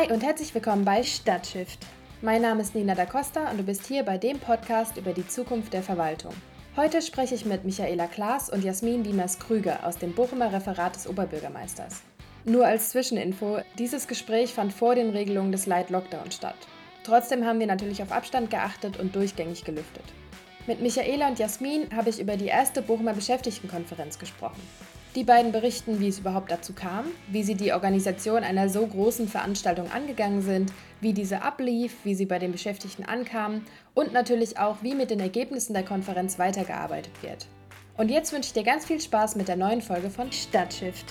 Hi und herzlich willkommen bei Stadtshift. Mein Name ist Nina da Costa und du bist hier bei dem Podcast über die Zukunft der Verwaltung. Heute spreche ich mit Michaela Klaas und Jasmin Diemers-Krüger aus dem Bochumer Referat des Oberbürgermeisters. Nur als Zwischeninfo, dieses Gespräch fand vor den Regelungen des Light Lockdown statt. Trotzdem haben wir natürlich auf Abstand geachtet und durchgängig gelüftet. Mit Michaela und Jasmin habe ich über die erste Bochumer Beschäftigtenkonferenz gesprochen. Die beiden berichten, wie es überhaupt dazu kam, wie sie die Organisation einer so großen Veranstaltung angegangen sind, wie diese ablief, wie sie bei den Beschäftigten ankamen und natürlich auch, wie mit den Ergebnissen der Konferenz weitergearbeitet wird. Und jetzt wünsche ich dir ganz viel Spaß mit der neuen Folge von Stadtshift.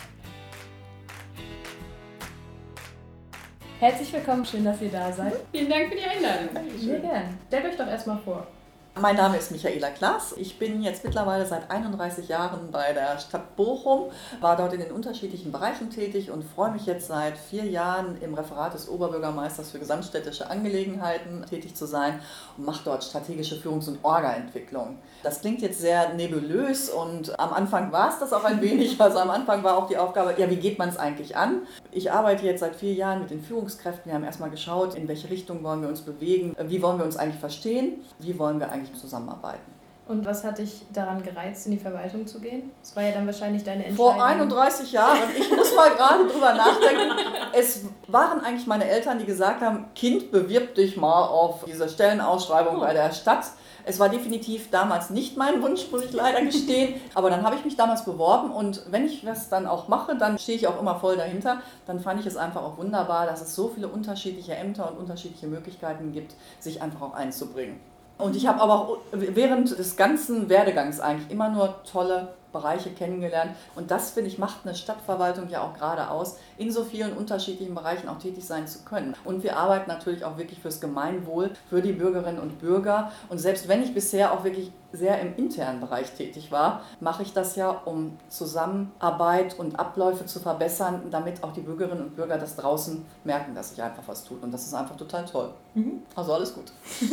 Herzlich willkommen, schön, dass ihr da seid. Vielen Dank für die Einladung. Sehr gern. Stellt euch doch erstmal vor. Mein Name ist Michaela Klaas. Ich bin jetzt mittlerweile seit 31 Jahren bei der Stadt Bochum, war dort in den unterschiedlichen Bereichen tätig und freue mich jetzt seit 4 Jahren im Referat des Oberbürgermeisters für gesamtstädtische Angelegenheiten tätig zu sein und mache dort strategische Führungs- und Orga-Entwicklung. Das klingt jetzt sehr nebulös und am Anfang war es das auch ein wenig. Also am Anfang war auch die Aufgabe, ja, wie geht man es eigentlich an? Ich arbeite jetzt seit 4 Jahren mit den Führungskräften. Wir haben erstmal geschaut, in welche Richtung wollen wir uns bewegen, wie wollen wir uns eigentlich verstehen, wie wollen wir eigentlich zusammenarbeiten. Und was hat dich daran gereizt, in die Verwaltung zu gehen? Das war ja dann wahrscheinlich deine Entscheidung. Vor 31 Jahren, ich muss mal gerade drüber nachdenken, es waren eigentlich meine Eltern, die gesagt haben, Kind, bewirb dich mal auf diese Stellenausschreibung bei der Stadt. Es war definitiv damals nicht mein Wunsch, muss ich leider gestehen. Aber dann habe ich mich damals beworben und wenn ich das dann auch mache, dann stehe ich auch immer voll dahinter. Dann fand ich es einfach auch wunderbar, dass es so viele unterschiedliche Ämter und unterschiedliche Möglichkeiten gibt, sich einfach auch einzubringen. Und ich habe aber auch während des ganzen Werdegangs eigentlich immer nur tolle Bereiche kennengelernt. Und das, finde ich, macht eine Stadtverwaltung ja auch gerade aus, in so vielen unterschiedlichen Bereichen auch tätig sein zu können. Und wir arbeiten natürlich auch wirklich fürs Gemeinwohl, für die Bürgerinnen und Bürger. Und selbst wenn ich bisher auch wirklich sehr im internen Bereich tätig war, mache ich das ja, um Zusammenarbeit und Abläufe zu verbessern, damit auch die Bürgerinnen und Bürger das draußen merken, dass sich einfach was tut. Und das ist einfach total toll. Also alles gut.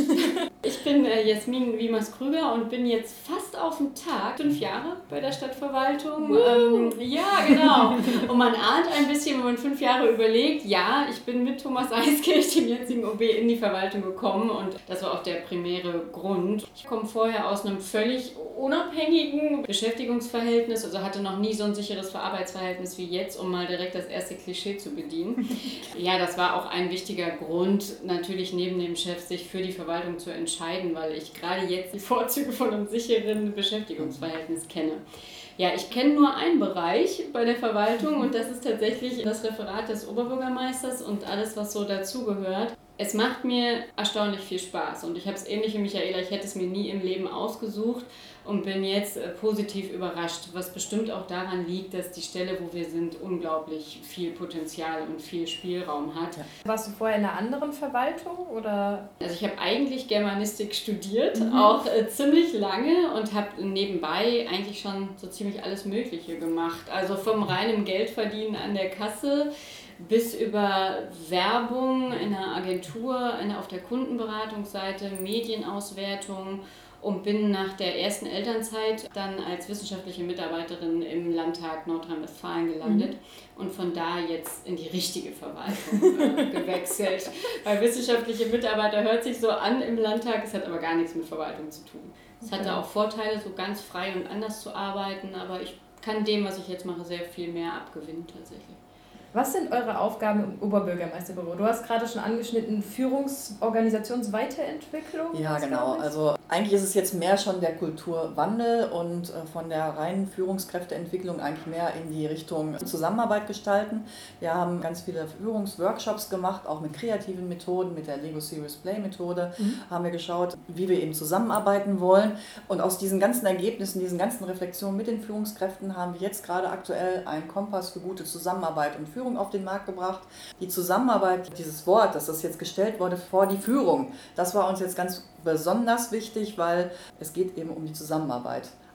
Ich bin Jasmin Diemers-Krüger und bin jetzt fast auf den Tag 5 Jahre bei der Stadtverwaltung. Ja, genau. Und man ahnt ein bisschen, wenn man 5 Jahre überlegt, ja, ich bin mit Thomas Eiskirch, dem jetzigen OB, in die Verwaltung gekommen und das war auch der primäre Grund. Ich komme vorher aus einem völlig unabhängigen Beschäftigungsverhältnis, also hatte noch nie so ein sicheres Arbeitsverhältnis wie jetzt, um mal direkt das erste Klischee zu bedienen. Ja, das war auch ein wichtiger Grund, natürlich neben dem Chef sich für die Verwaltung zu entscheiden, weil ich gerade jetzt die Vorzüge von einem sicheren Beschäftigungsverhältnis kenne. Ja, ich kenne nur einen Bereich bei der Verwaltung und das ist tatsächlich das Referat des Oberbürgermeisters und alles, was so dazugehört. Es macht mir erstaunlich viel Spaß und ich habe es ähnlich wie Michaela, ich hätte es mir nie im Leben ausgesucht und bin jetzt positiv überrascht, was bestimmt auch daran liegt, dass die Stelle, wo wir sind, unglaublich viel Potenzial und viel Spielraum hat. Ja. Warst du vorher in einer anderen Verwaltung oder? Also ich habe eigentlich Germanistik studiert, auch ziemlich lange und habe nebenbei eigentlich schon so ziemlich alles Mögliche gemacht. Also vom reinen Geldverdienen an der Kasse bis über Werbung in einer Agentur, auf der Kundenberatungsseite, Medienauswertung und bin nach der ersten Elternzeit dann als wissenschaftliche Mitarbeiterin im Landtag Nordrhein-Westfalen gelandet und von da jetzt in die richtige Verwaltung gewechselt. Weil wissenschaftliche Mitarbeiter hört sich so an im Landtag, es hat aber gar nichts mit Verwaltung zu tun. Es hatte auch Vorteile, so ganz frei und anders zu arbeiten, aber ich kann dem, was ich jetzt mache, sehr viel mehr abgewinnen tatsächlich. Was sind eure Aufgaben im Oberbürgermeisterbüro? Du hast gerade schon angeschnitten, Organisationsweiterentwicklung. Ja, genau. Also eigentlich ist es jetzt mehr schon der Kulturwandel und von der reinen Führungskräfteentwicklung eigentlich mehr in die Richtung Zusammenarbeit gestalten. Wir haben ganz viele Führungsworkshops gemacht, auch mit kreativen Methoden, mit der Lego Serious Play Methode haben wir geschaut, wie wir eben zusammenarbeiten wollen. Und aus diesen ganzen Ergebnissen, diesen ganzen Reflexionen mit den Führungskräften haben wir jetzt gerade aktuell einen Kompass für gute Zusammenarbeit und Führung auf den Markt gebracht. Die Zusammenarbeit, dieses Wort, dass das jetzt gestellt wurde vor die Führung, das war uns jetzt ganz besonders wichtig, weil es geht eben um die Zusammenarbeit.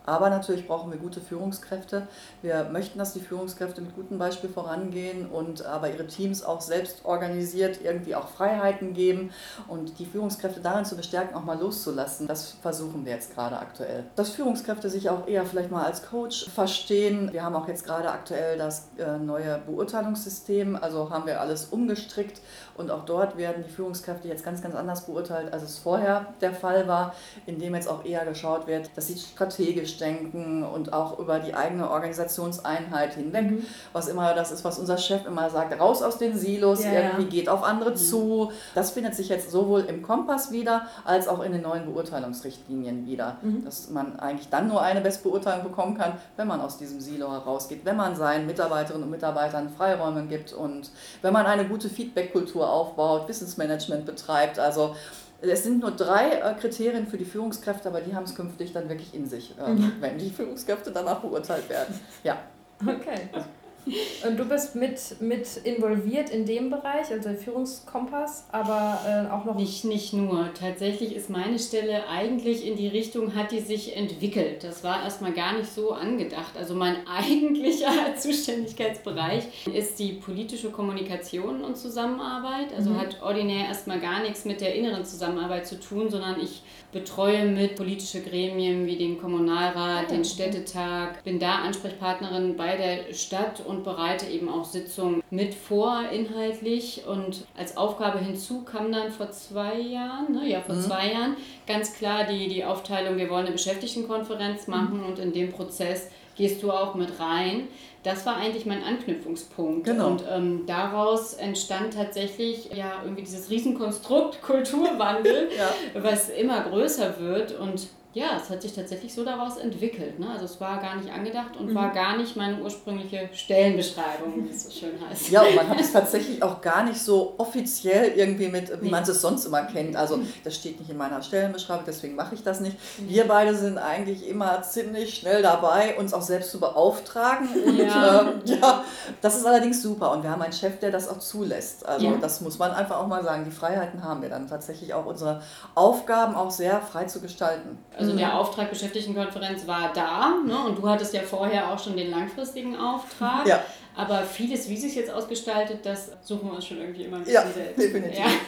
Aber natürlich brauchen wir gute Führungskräfte. Wir möchten, dass die Führungskräfte mit gutem Beispiel vorangehen und aber ihre Teams auch selbst organisiert irgendwie auch Freiheiten geben und die Führungskräfte darin zu bestärken, auch mal loszulassen. Das versuchen wir jetzt gerade aktuell. Dass Führungskräfte sich auch eher vielleicht mal als Coach verstehen. Wir haben auch jetzt gerade aktuell das neue Beurteilungssystem, also haben wir alles umgestrickt und auch dort werden die Führungskräfte jetzt ganz, ganz anders beurteilt, als es vorher der Fall war, indem jetzt auch eher geschaut wird, dass sie strategisch denken und auch über die eigene Organisationseinheit hinweg, was immer das ist, was unser Chef immer sagt, raus aus den Silos, geht auf andere zu. Das findet sich jetzt sowohl im Kompass wieder, als auch in den neuen Beurteilungsrichtlinien wieder, dass man eigentlich dann nur eine Bestbeurteilung bekommen kann, wenn man aus diesem Silo herausgeht, wenn man seinen Mitarbeiterinnen und Mitarbeitern Freiräume gibt und wenn man eine gute Feedback-Kultur aufbaut, Wissensmanagement betreibt, also es sind nur 3 Kriterien für die Führungskräfte, aber die haben es künftig dann wirklich in sich, wenn die Führungskräfte danach beurteilt werden. Ja. Okay. Und du bist mit involviert in dem Bereich, also Führungskompass, aber auch noch... Nicht nur. Tatsächlich ist meine Stelle eigentlich in die Richtung, hat die sich entwickelt. Das war erstmal gar nicht so angedacht. Also mein eigentlicher Zuständigkeitsbereich ist die politische Kommunikation und Zusammenarbeit. Also hat ordinär erstmal gar nichts mit der inneren Zusammenarbeit zu tun, sondern ich betreue mit politische Gremien wie den Kommunalrat, den Städtetag, bin da Ansprechpartnerin bei der Stadt und bereite eben auch Sitzungen mit vor inhaltlich. Und als Aufgabe hinzu kam dann vor 2 Jahren, 2 Jahren, ganz klar die Aufteilung, wir wollen eine Beschäftigtenkonferenz machen und in dem Prozess gehst du auch mit rein. Das war eigentlich mein Anknüpfungspunkt. Genau. Und daraus entstand tatsächlich irgendwie dieses Riesenkonstrukt Kulturwandel, was immer größer wird. Und ja, es hat sich tatsächlich so daraus entwickelt. Ne? Also es war gar nicht angedacht und war gar nicht meine ursprüngliche Stellenbeschreibung, wie es so schön heißt. Ja, und man hat es tatsächlich auch gar nicht so offiziell irgendwie mit, wie man es sonst immer kennt. Also das steht nicht in meiner Stellenbeschreibung, deswegen mache ich das nicht. Wir beide sind eigentlich immer ziemlich schnell dabei, uns auch selbst zu beauftragen. Und das ist allerdings super. Und wir haben einen Chef, der das auch zulässt. Also das muss man einfach auch mal sagen. Die Freiheiten haben wir dann tatsächlich auch, unsere Aufgaben auch sehr frei zu gestalten. Also der Auftrag Beschäftigtenkonferenz war da, ne? Und du hattest ja vorher auch schon den langfristigen Auftrag. Ja. Aber vieles, wie sich jetzt ausgestaltet, das suchen wir uns schon irgendwie immer ein bisschen selbst. Definitiv. Ja.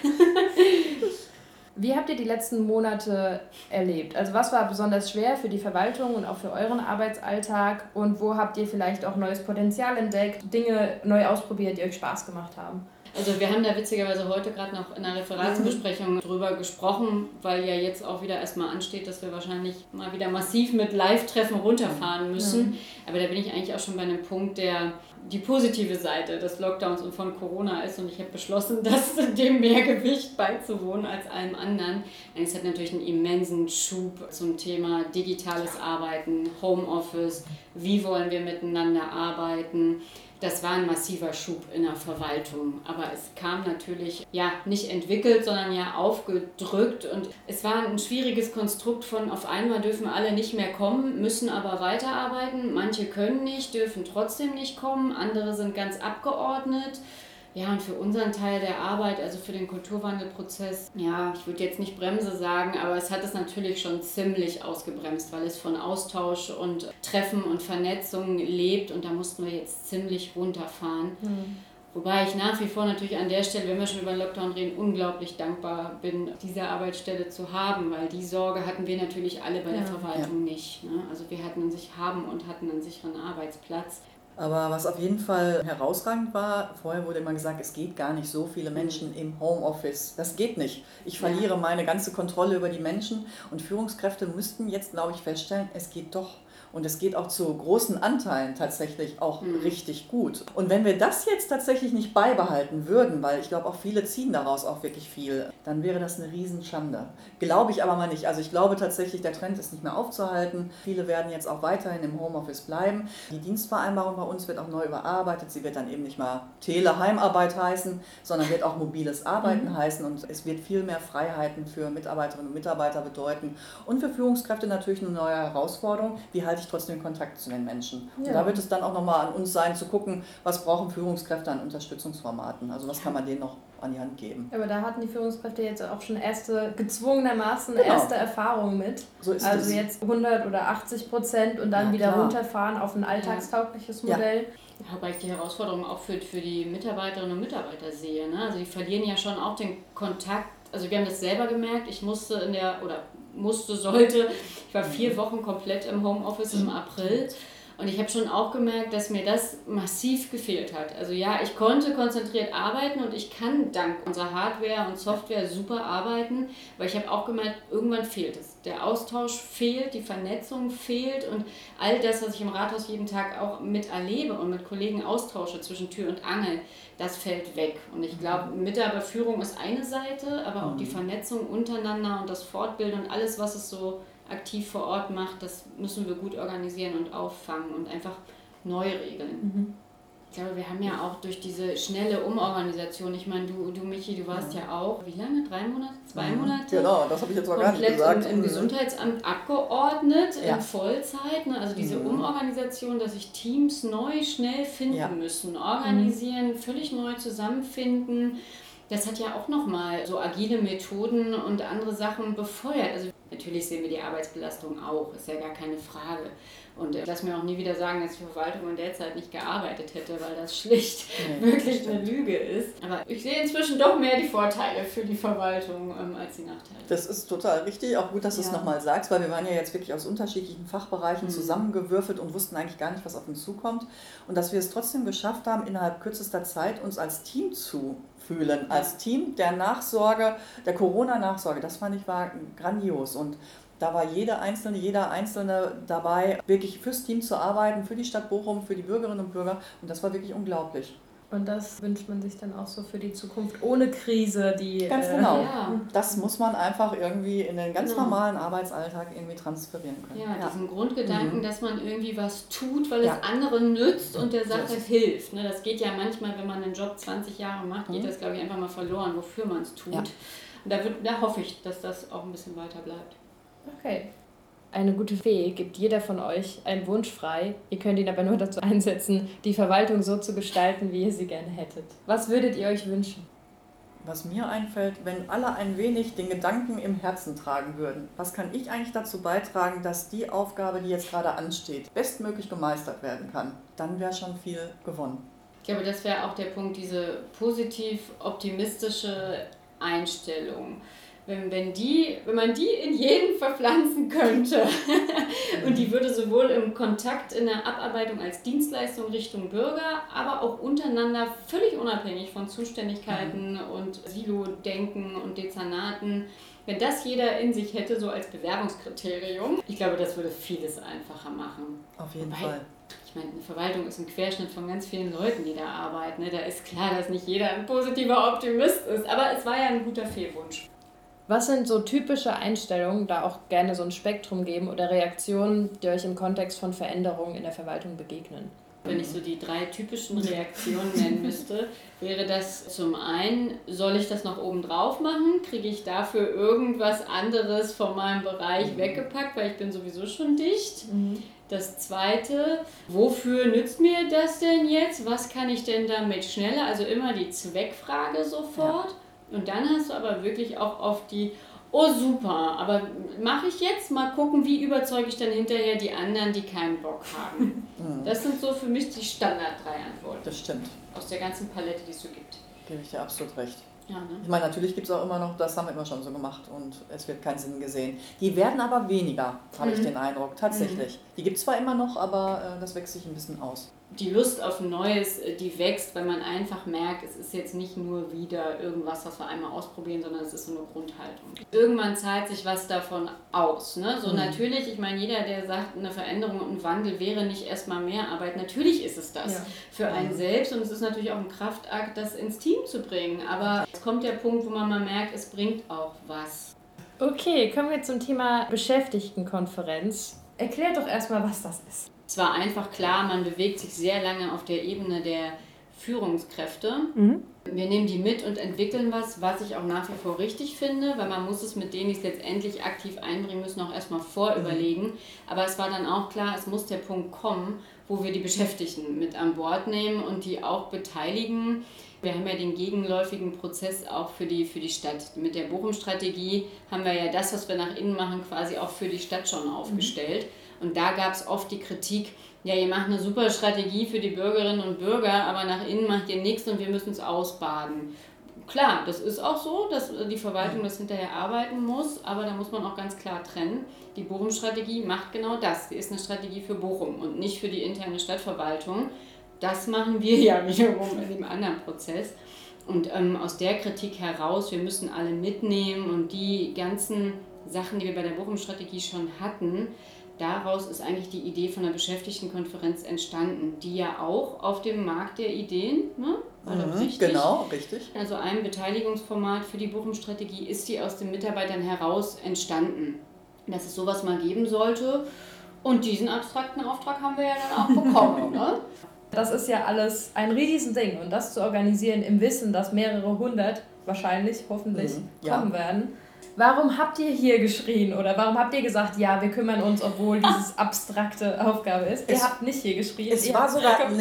Wie habt ihr die letzten Monate erlebt? Also was war besonders schwer für die Verwaltung und auch für euren Arbeitsalltag? Und wo habt ihr vielleicht auch neues Potenzial entdeckt, Dinge neu ausprobiert, die euch Spaß gemacht haben? Also wir haben da witzigerweise heute gerade noch in einer Referatsbesprechung drüber gesprochen, weil ja jetzt auch wieder erstmal ansteht, dass wir wahrscheinlich mal wieder massiv mit Live-Treffen runterfahren müssen. Aber da bin ich eigentlich auch schon bei einem Punkt, der die positive Seite des Lockdowns und von Corona ist. Und ich habe beschlossen, dem mehr Gewicht beizuwohnen als allem anderen. Es hat natürlich einen immensen Schub zum Thema digitales Arbeiten, Homeoffice, wie wollen wir miteinander arbeiten. Das war ein massiver Schub in der Verwaltung, aber es kam natürlich nicht entwickelt, sondern aufgedrückt und es war ein schwieriges Konstrukt von auf einmal dürfen alle nicht mehr kommen, müssen aber weiterarbeiten, manche können nicht, dürfen trotzdem nicht kommen, andere sind ganz abgeordnet. Ja, und für unseren Teil der Arbeit, also für den Kulturwandelprozess, ich würde jetzt nicht Bremse sagen, aber es hat es natürlich schon ziemlich ausgebremst, weil es von Austausch und Treffen und Vernetzung lebt und da mussten wir jetzt ziemlich runterfahren. Wobei ich nach wie vor natürlich an der Stelle, wenn wir schon über den Lockdown reden, unglaublich dankbar bin, diese Arbeitsstelle zu haben, weil die Sorge hatten wir natürlich alle bei der Verwaltung nicht. Ne? Also wir hatten einen sicheren Arbeitsplatz. Aber was auf jeden Fall herausragend war, vorher wurde immer gesagt, es geht gar nicht so viele Menschen im Homeoffice. Das geht nicht. Ich verliere meine ganze Kontrolle über die Menschen und Führungskräfte müssten jetzt, glaube ich, feststellen, es geht doch. Und es geht auch zu großen Anteilen tatsächlich auch richtig gut. Und wenn wir das jetzt tatsächlich nicht beibehalten würden, weil ich glaube auch viele ziehen daraus auch wirklich viel, dann wäre das eine Riesenschande. Glaube ich aber mal nicht. Also ich glaube tatsächlich, der Trend ist nicht mehr aufzuhalten. Viele werden jetzt auch weiterhin im Homeoffice bleiben. Die Dienstvereinbarung bei uns wird auch neu überarbeitet. Sie wird dann eben nicht mehr Teleheimarbeit heißen, sondern wird auch mobiles Arbeiten heißen. Und es wird viel mehr Freiheiten für Mitarbeiterinnen und Mitarbeiter bedeuten. Und für Führungskräfte natürlich eine neue Herausforderung. Wie halte halte ich trotzdem den Kontakt zu den Menschen. Und Ja. da wird es dann auch nochmal an uns sein, zu gucken, was brauchen Führungskräfte an Unterstützungsformaten. Also was kann man denen noch an die Hand geben. Aber da hatten die Führungskräfte jetzt auch schon gezwungenermaßen Genau. erste Erfahrungen mit. So ist Also es. jetzt 100 oder 80% und dann Ja, wieder klar. runterfahren auf ein alltagstaugliches Modell. Ja, wobei ich die Herausforderung auch für die Mitarbeiterinnen und Mitarbeiter sehe. Ne? Also die verlieren ja schon auch den Kontakt. Also wir haben das selber gemerkt. Ich sollte. Ich war 4 Wochen komplett im Homeoffice im April. Und ich habe schon auch gemerkt, dass mir das massiv gefehlt hat. Also ja, ich konnte konzentriert arbeiten und ich kann dank unserer Hardware und Software super arbeiten, aber ich habe auch gemerkt, irgendwann fehlt es. Der Austausch fehlt, die Vernetzung fehlt und all das, was ich im Rathaus jeden Tag auch miterlebe und mit Kollegen austausche zwischen Tür und Angel, das fällt weg. Und ich glaube, Mitarbeiterführung ist eine Seite, aber auch die Vernetzung untereinander und das Fortbilden und alles, was es so aktiv vor Ort macht, das müssen wir gut organisieren und auffangen und einfach neu regeln. Ich glaube, wir haben ja auch durch diese schnelle Umorganisation, ich meine, du Michi, du warst ja auch, wie lange? 3 Monate? 2 Monate? Genau, das habe ich jetzt auch gar nicht gesagt. Komplett im Gesundheitsamt abgeordnet, in Vollzeit. Ne? Also diese Umorganisation, dass sich Teams neu, schnell finden müssen, organisieren, völlig neu zusammenfinden. Das hat ja auch nochmal so agile Methoden und andere Sachen befeuert. Also natürlich sehen wir die Arbeitsbelastung auch, ist ja gar keine Frage. Und ich lasse mir auch nie wieder sagen, dass die Verwaltung in der Zeit nicht gearbeitet hätte, weil das schlicht wirklich eine Lüge ist. Aber ich sehe inzwischen doch mehr die Vorteile für die Verwaltung als die Nachteile. Das ist total richtig, auch gut, dass du es nochmal sagst, weil wir waren ja jetzt wirklich aus unterschiedlichen Fachbereichen zusammengewürfelt und wussten eigentlich gar nicht, was auf uns zukommt. Und dass wir es trotzdem geschafft haben, innerhalb kürzester Zeit uns als Team zu fühlen, als Team der Nachsorge, der Corona-Nachsorge, das fand ich war grandios und da war jeder Einzelne dabei, wirklich fürs Team zu arbeiten, für die Stadt Bochum, für die Bürgerinnen und Bürger und das war wirklich unglaublich. Und das wünscht man sich dann auch so für die Zukunft ohne Krise, die... Ganz genau. Das muss man einfach irgendwie in den ganz normalen Arbeitsalltag irgendwie transferieren können. Ja, diesen Grundgedanken, dass man irgendwie was tut, weil es anderen nützt und der Sache hilft. Ne, das geht ja manchmal, wenn man einen Job 20 Jahre macht, geht das, glaube ich, einfach mal verloren, wofür man es tut. Ja. Und da hoffe ich, dass das auch ein bisschen weiter bleibt. Okay. Eine gute Fee gibt jeder von euch einen Wunsch frei. Ihr könnt ihn aber nur dazu einsetzen, die Verwaltung so zu gestalten, wie ihr sie gerne hättet. Was würdet ihr euch wünschen? Was mir einfällt, wenn alle ein wenig den Gedanken im Herzen tragen würden, was kann ich eigentlich dazu beitragen, dass die Aufgabe, die jetzt gerade ansteht, bestmöglich gemeistert werden kann, dann wäre schon viel gewonnen. Ich glaube, das wäre auch der Punkt, diese positiv-optimistische Einstellung. Wenn man die in jeden verpflanzen könnte und die würde sowohl im Kontakt in der Abarbeitung als Dienstleistung Richtung Bürger, aber auch untereinander völlig unabhängig von Zuständigkeiten und Silo-Denken und Dezernaten, wenn das jeder in sich hätte, so als Bewerbungskriterium, ich glaube, das würde vieles einfacher machen. Auf jeden Fall. Ich meine, eine Verwaltung ist ein Querschnitt von ganz vielen Leuten, die da arbeiten. Ne? Da ist klar, dass nicht jeder ein positiver Optimist ist, aber es war ja ein guter Fehlwunsch. Was sind so typische Einstellungen, da auch gerne so ein Spektrum geben oder Reaktionen, die euch im Kontext von Veränderungen in der Verwaltung begegnen? Wenn ich so die 3 typischen Reaktionen nennen müsste, wäre das zum einen, soll ich das noch oben drauf machen? Kriege ich dafür irgendwas anderes von meinem Bereich weggepackt, weil ich bin sowieso schon dicht? Das zweite, wofür nützt mir das denn jetzt? Was kann ich denn damit schneller? Also immer die Zweckfrage sofort. Ja. Und dann hast du aber wirklich auch oft die, oh super, aber mache ich jetzt? Mal gucken, wie überzeuge ich dann hinterher die anderen, die keinen Bock haben. Das sind so für mich die Standard 3 Antworten. Das stimmt. Aus der ganzen Palette, die es so gibt. Gebe ich dir absolut recht. Ja, ne? Ich meine, natürlich gibt es auch immer noch, das haben wir immer schon so gemacht und es wird keinen Sinn gesehen. Die werden aber weniger, habe ich den Eindruck, tatsächlich. Die gibt es zwar immer noch, aber das wächst sich ein bisschen aus. Die Lust auf Neues, die wächst, weil man einfach merkt, es ist jetzt nicht nur wieder irgendwas, was wir einmal ausprobieren, sondern es ist so eine Grundhaltung. Irgendwann zahlt sich was davon aus. Ne? So natürlich, ich meine, jeder, der sagt, eine Veränderung und ein Wandel wäre nicht erstmal mehr Arbeit, natürlich ist es das für einen selbst und es ist natürlich auch ein Kraftakt, das ins Team zu bringen. Aber es kommt der Punkt, wo man mal merkt, es bringt auch was. Okay, kommen wir zum Thema Beschäftigtenkonferenz. Erklär doch erstmal, was das ist. Es war einfach klar, man bewegt sich sehr lange auf der Ebene der Führungskräfte. Wir nehmen die mit und entwickeln was ich auch nach wie vor richtig finde, weil man muss es mit denen, die es letztendlich aktiv einbringen müssen, auch erstmal vorüberlegen. Aber es war dann auch klar, es muss der Punkt kommen, wo wir die Beschäftigten mit an Bord nehmen und die auch beteiligen. Wir haben ja den gegenläufigen Prozess auch für die Stadt. Mit der Bochum-Strategie haben wir ja das, was wir nach innen machen, quasi auch für die Stadt schon aufgestellt. Und da gab es oft die Kritik, ja, ihr macht eine super Strategie für die Bürgerinnen und Bürger, aber nach innen macht ihr nichts und wir müssen es ausbaden. Klar, das ist auch so, dass die Verwaltung das hinterher arbeiten muss, aber da muss man auch ganz klar trennen. Die Bochum-Strategie macht genau das. Sie ist eine Strategie für Bochum und nicht für die interne Stadtverwaltung. Das machen wir ja wiederum in dem anderen Prozess. Und aus der Kritik heraus, wir müssen alle mitnehmen und die ganzen Sachen, die wir bei der Bochum-Strategie schon hatten, daraus ist eigentlich die Idee von der Beschäftigtenkonferenz entstanden, die ja auch auf dem Markt der Ideen, ne? Richtig? Genau, richtig. Also ein Beteiligungsformat für die Bochum-Strategie ist die aus den Mitarbeitern heraus entstanden, dass es sowas mal geben sollte. Und diesen abstrakten Auftrag haben wir ja dann auch bekommen. Ne? Das ist ja alles ein Riesending und das zu organisieren im Wissen, dass mehrere hundert wahrscheinlich, hoffentlich, kommen werden. Warum habt ihr hier geschrien oder warum habt ihr gesagt, ja, wir kümmern uns, obwohl dieses abstrakte Aufgabe ist? Ihr habt nicht hier geschrien. Es war sogar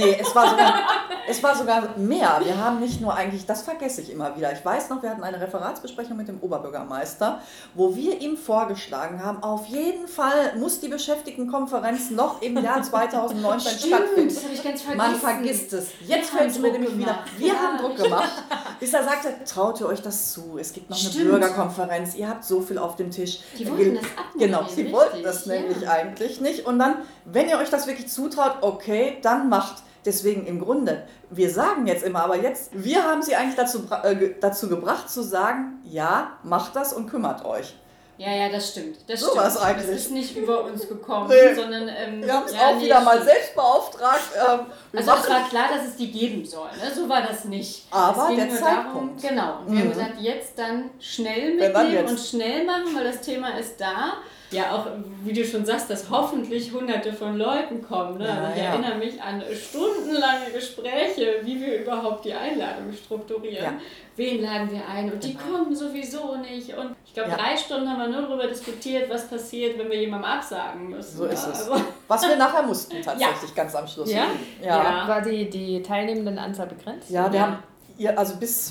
mehr. Wir haben nicht nur eigentlich, das vergesse ich immer wieder. Ich weiß noch, wir hatten eine Referatsbesprechung mit dem Oberbürgermeister, wo wir ihm vorgeschlagen haben, auf jeden Fall muss die Beschäftigtenkonferenz noch im Jahr 2019 stattfinden. Das habe ich ganz vergessen. Man vergisst es. Jetzt fällt es mir nämlich wieder. Wir haben Druck gemacht, bis er sagte, traut ihr euch das zu? Es gibt noch eine Bürgerkonferenz. Ihr habt so viel auf dem Tisch. Die wollten das abnehmen. Genau, sie wollten das nämlich eigentlich nicht. Und dann, wenn ihr euch das wirklich zutraut, okay, dann macht. Deswegen im Grunde, wir sagen jetzt immer, aber jetzt, wir haben sie eigentlich dazu gebracht zu sagen, ja, macht das und kümmert euch. Ja, das stimmt. Das so war es eigentlich. Das ist nicht über uns gekommen, sondern... wir haben es auch wieder mal selbst beauftragt. Also es war klar, dass es die geben soll. Ne? So war das nicht. Aber der Zeitpunkt. Genau. Und wir haben gesagt, jetzt dann schnell mitnehmen und schnell machen, weil das Thema ist da. Ja, auch wie du schon sagst, dass hoffentlich hunderte von Leuten kommen. Ne? Also ich erinnere mich an stundenlange Gespräche, wie wir überhaupt die Einladung strukturieren. Ja. Wen laden wir ein? Und die kommen sowieso nicht. Und ich glaube, 3 Stunden haben wir nur darüber diskutiert, was passiert, wenn wir jemandem absagen müssen. So ist es. Also was wir nachher mussten tatsächlich ganz am Schluss. Ja. War die teilnehmenden Anzahl begrenzt? Ja, wir haben... Ja, also bis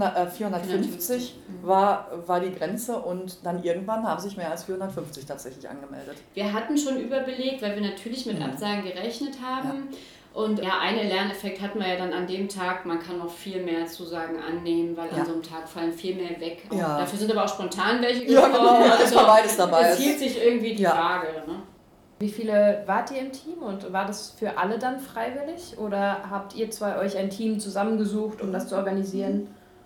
450 war die Grenze und dann irgendwann haben sich mehr als 450 tatsächlich angemeldet. Wir hatten schon überbelegt, weil wir natürlich mit Absagen gerechnet haben. Ja. Und einen Lerneffekt hatten wir ja dann an dem Tag, man kann noch viel mehr Zusagen annehmen, weil an so einem Tag fallen viel mehr weg. Ja. Dafür sind aber auch spontan welche gekommen. Ja, genau, es war beides dabei. Es hielt sich irgendwie die Frage. Ne? Wie viele wart ihr im Team und war das für alle dann freiwillig oder habt ihr zwei euch ein Team zusammengesucht, um das zu organisieren?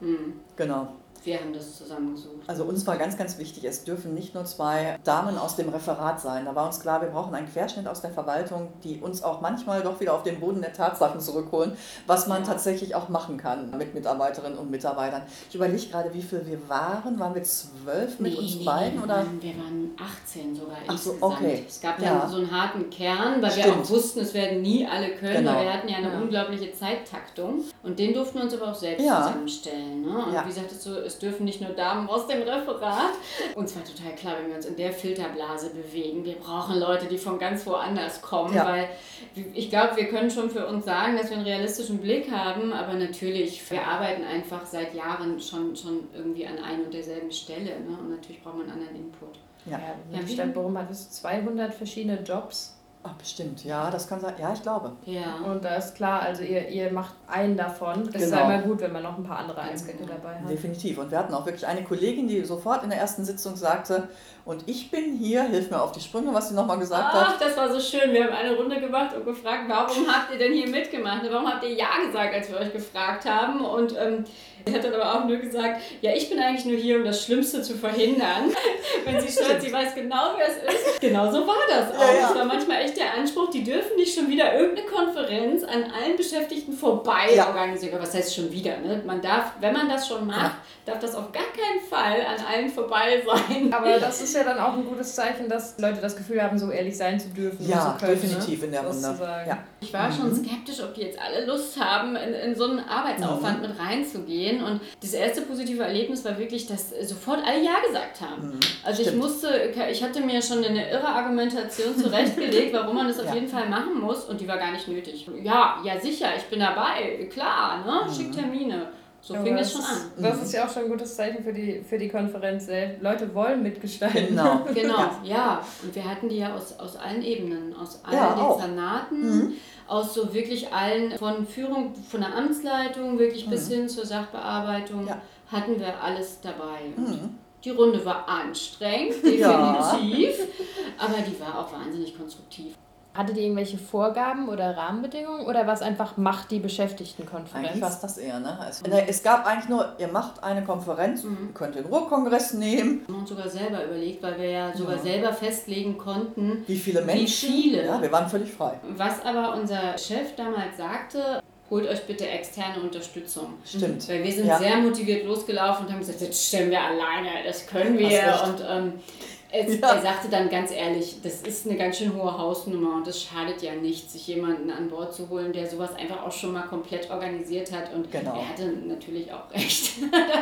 Genau. Wir haben das zusammengesucht. Also uns war ganz, ganz wichtig, es dürfen nicht nur 2 Damen aus dem Referat sein. Da war uns klar, wir brauchen einen Querschnitt aus der Verwaltung, die uns auch manchmal doch wieder auf den Boden der Tatsachen zurückholen, was man tatsächlich auch machen kann mit Mitarbeiterinnen und Mitarbeitern. Ich überlege gerade, wie viel wir waren. Waren wir 12 mit uns beiden? Oder? Wir waren 18 sogar insgesamt. So, okay. Es gab dann so einen harten Kern, weil wir auch wussten, es werden nie alle können, weil wir hatten ja eine unglaubliche Zeittaktung. Und den durften wir uns aber auch selbst zusammenstellen. Ne? Und wie sagtest du, es dürfen nicht nur Damen aus dem Referat. Uns war total klar, wenn wir uns in der Filterblase bewegen, wir brauchen Leute, die von ganz woanders kommen, weil ich glaube, wir können schon für uns sagen, dass wir einen realistischen Blick haben, aber natürlich, wir arbeiten einfach seit Jahren schon irgendwie an ein und derselben Stelle, ne? Und natürlich braucht man einen anderen Input. Die Stadt Bochum hat 200 verschiedene Jobs. Ach, bestimmt, ja, das kann sein. Ja, ich glaube. Ja. Und da ist klar, also ihr macht einen davon. Es ist ja immer gut, wenn man noch ein paar andere Einzelgänge dabei hat. Definitiv. Und wir hatten auch wirklich eine Kollegin, die sofort in der ersten Sitzung sagte, und ich bin hier, hilf mir auf die Sprünge, was sie nochmal gesagt hat. Ach, das war so schön. Wir haben eine Runde gemacht und gefragt, warum habt ihr denn hier mitgemacht? Warum habt ihr Ja gesagt, als wir euch gefragt haben? Und sie hat dann aber auch nur gesagt, ja, ich bin eigentlich nur hier, um das Schlimmste zu verhindern. Wenn sie stört, sie weiß genau, wer es ist. Genau so war das auch. Es war manchmal echt der Anspruch, die dürfen nicht schon wieder irgendeine Konferenz an allen Beschäftigten vorbei organisieren. Was heißt schon wieder? Ne? Man darf, wenn man das schon macht, darf das auf gar keinen Fall an allen vorbei sein. Aber das ist ist ja dann auch ein gutes Zeichen, dass Leute das Gefühl haben, so ehrlich sein zu dürfen. Ja, und zu können, definitiv ne? in der Runde. Ja. Ich war schon skeptisch, ob die jetzt alle Lust haben, in so einen Arbeitsaufwand mit reinzugehen. Und das erste positive Erlebnis war wirklich, dass sofort alle Ja gesagt haben. Also ich hatte mir schon eine irre Argumentation zurechtgelegt, warum man das auf jeden Fall machen muss. Und die war gar nicht nötig. Ja, sicher, ich bin dabei. Klar, ne? Schick Termine. So fing das schon an. Das ist ja auch schon ein gutes Zeichen für die Konferenz. Leute wollen mitgestalten. Genau, ja. Und wir hatten die ja aus allen Ebenen, aus allen Dezernaten, aus so wirklich allen, von Führung, von der Amtsleitung wirklich bis hin zur Sachbearbeitung, hatten wir alles dabei. Und die Runde war anstrengend, definitiv, aber die war auch wahnsinnig konstruktiv. Hattet ihr irgendwelche Vorgaben oder Rahmenbedingungen oder was einfach macht die Beschäftigtenkonferenz? Eigentlich war es das eher, ne? Es gab eigentlich nur, ihr macht eine Konferenz, ihr könnt den Ruhrkongress nehmen. Wir haben uns sogar selber überlegt, weil wir ja sogar selber festlegen konnten, wie viele Menschen. Wie viele. Ja, wir waren völlig frei. Was aber unser Chef damals sagte, holt euch bitte externe Unterstützung. Stimmt. Weil wir sind sehr motiviert losgelaufen und haben gesagt, jetzt stellen wir alleine, das können wir. Und er sagte dann ganz ehrlich, das ist eine ganz schön hohe Hausnummer und es schadet ja nicht, sich jemanden an Bord zu holen, der sowas einfach auch schon mal komplett organisiert hat. Und er hatte natürlich auch recht,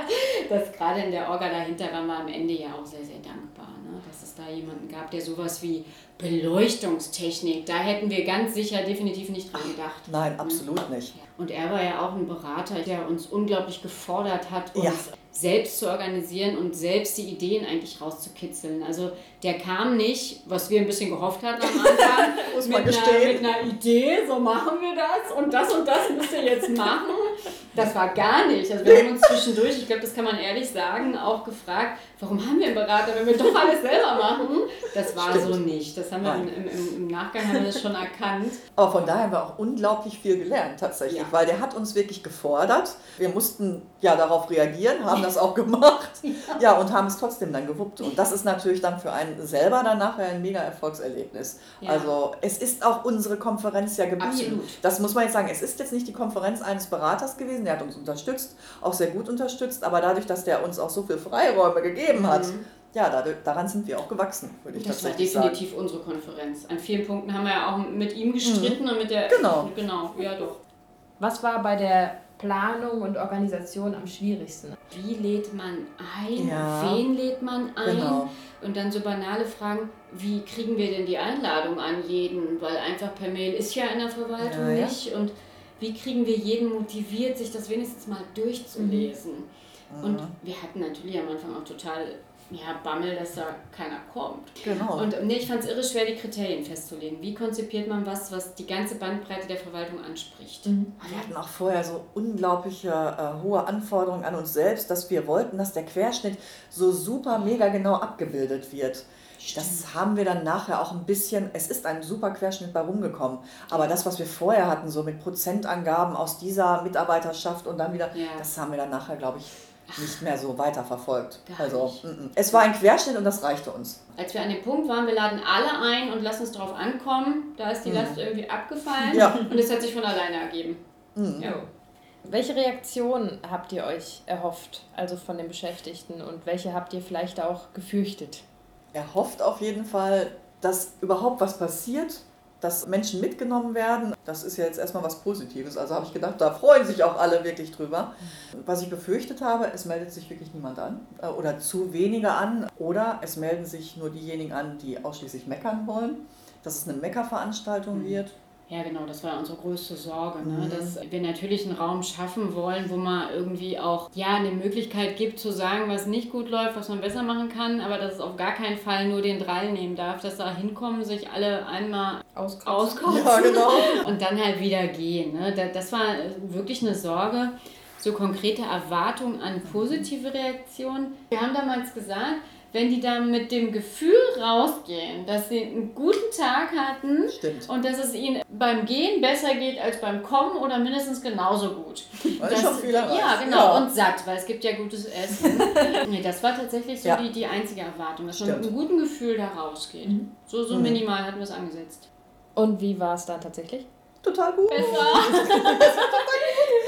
dass gerade in der Orga dahinter waren wir am Ende ja auch sehr, sehr dankbar, ne? Dass es da jemanden gab, der sowas wie Beleuchtungstechnik, da hätten wir ganz sicher definitiv nicht dran gedacht. Nein, absolut nicht. Und er war ja auch ein Berater, der uns unglaublich gefordert hat, uns selbst zu organisieren und selbst die Ideen eigentlich rauszukitzeln. Also der kam nicht, was wir ein bisschen gehofft hatten am Anfang, mit einer Idee, so machen wir das und das müsst ihr jetzt machen. Das war gar nicht. Also wir haben uns zwischendurch, ich glaube, das kann man ehrlich sagen, auch gefragt, warum haben wir einen Berater, wenn wir doch alles selber machen? Das war so nicht. Das haben wir im Nachgang haben wir das schon erkannt. Aber von daher haben wir auch unglaublich viel gelernt tatsächlich, weil der hat uns wirklich gefordert. Wir mussten darauf reagieren, haben das auch gemacht und haben es trotzdem dann gewuppt. Und das ist natürlich dann für einen selber dann nachher ein mega Erfolgserlebnis. Ja. Also es ist auch unsere Konferenz geblieben. Absolut. Das muss man jetzt sagen, es ist jetzt nicht die Konferenz eines Beraters gewesen, der hat uns unterstützt, auch sehr gut unterstützt, aber dadurch, dass der uns auch so viel Freiräume gegeben hat, daran sind wir auch gewachsen, würde ich tatsächlich sagen. Das war definitiv unsere Konferenz. An vielen Punkten haben wir ja auch mit ihm gestritten und mit der... Genau, ja doch. Was war bei der Planung und Organisation am schwierigsten? Wie lädt man ein? Wen lädt man ein? Genau. Und dann so banale Fragen, wie kriegen wir denn die Einladung an jeden? Weil einfach per Mail ist ja in der Verwaltung nicht. Und wie kriegen wir jeden motiviert, sich das wenigstens mal durchzulesen? Und wir hatten natürlich am Anfang auch total Bammel, dass da keiner kommt. Genau. Und ich fand es irre schwer, die Kriterien festzulegen. Wie konzipiert man was die ganze Bandbreite der Verwaltung anspricht? Wir hatten auch vorher so unglaubliche hohe Anforderungen an uns selbst, dass wir wollten, dass der Querschnitt so super mega genau abgebildet wird. Das haben wir dann nachher auch ein bisschen, es ist ein super Querschnitt bei rumgekommen, aber das, was wir vorher hatten, so mit Prozentangaben aus dieser Mitarbeiterschaft und dann wieder, das haben wir dann nachher, glaube ich, nicht mehr so weiterverfolgt. Also es war ein Querschnitt und das reichte uns. Als wir an dem Punkt waren, wir laden alle ein und lassen uns drauf ankommen, da ist die Last irgendwie abgefallen und es hat sich von alleine ergeben. Ja. Welche Reaktionen habt ihr euch erhofft, also von den Beschäftigten, und welche habt ihr vielleicht auch gefürchtet? Erhofft auf jeden Fall, dass überhaupt was passiert, dass Menschen mitgenommen werden. Das ist ja jetzt erstmal was Positives. Also habe ich gedacht, da freuen sich auch alle wirklich drüber. Was ich befürchtet habe, es meldet sich wirklich niemand an oder zu wenige an oder es melden sich nur diejenigen an, die ausschließlich meckern wollen, dass es eine Meckerveranstaltung wird. Ja, genau, das war unsere größte Sorge, ne? Dass wir natürlich einen Raum schaffen wollen, wo man irgendwie auch eine Möglichkeit gibt zu sagen, was nicht gut läuft, was man besser machen kann, aber dass es auf gar keinen Fall nur den Drall nehmen darf, dass da hinkommen, sich alle einmal auskotzen und dann halt wieder gehen. Ne? Das war wirklich eine Sorge, so konkrete Erwartungen an positive Reaktionen. Wir haben damals gesagt, wenn die da mit dem Gefühl rausgehen, dass sie einen guten Tag hatten und dass es ihnen beim Gehen besser geht als beim Kommen oder mindestens genauso gut. Das ist schon viel erreicht. Ja, genau. Und satt, weil es gibt ja gutes Essen. Das war tatsächlich so die einzige Erwartung, dass man mit einem guten Gefühl da rausgeht. So minimal hatten wir es angesetzt. Und wie war es dann tatsächlich? Total gut. Besser.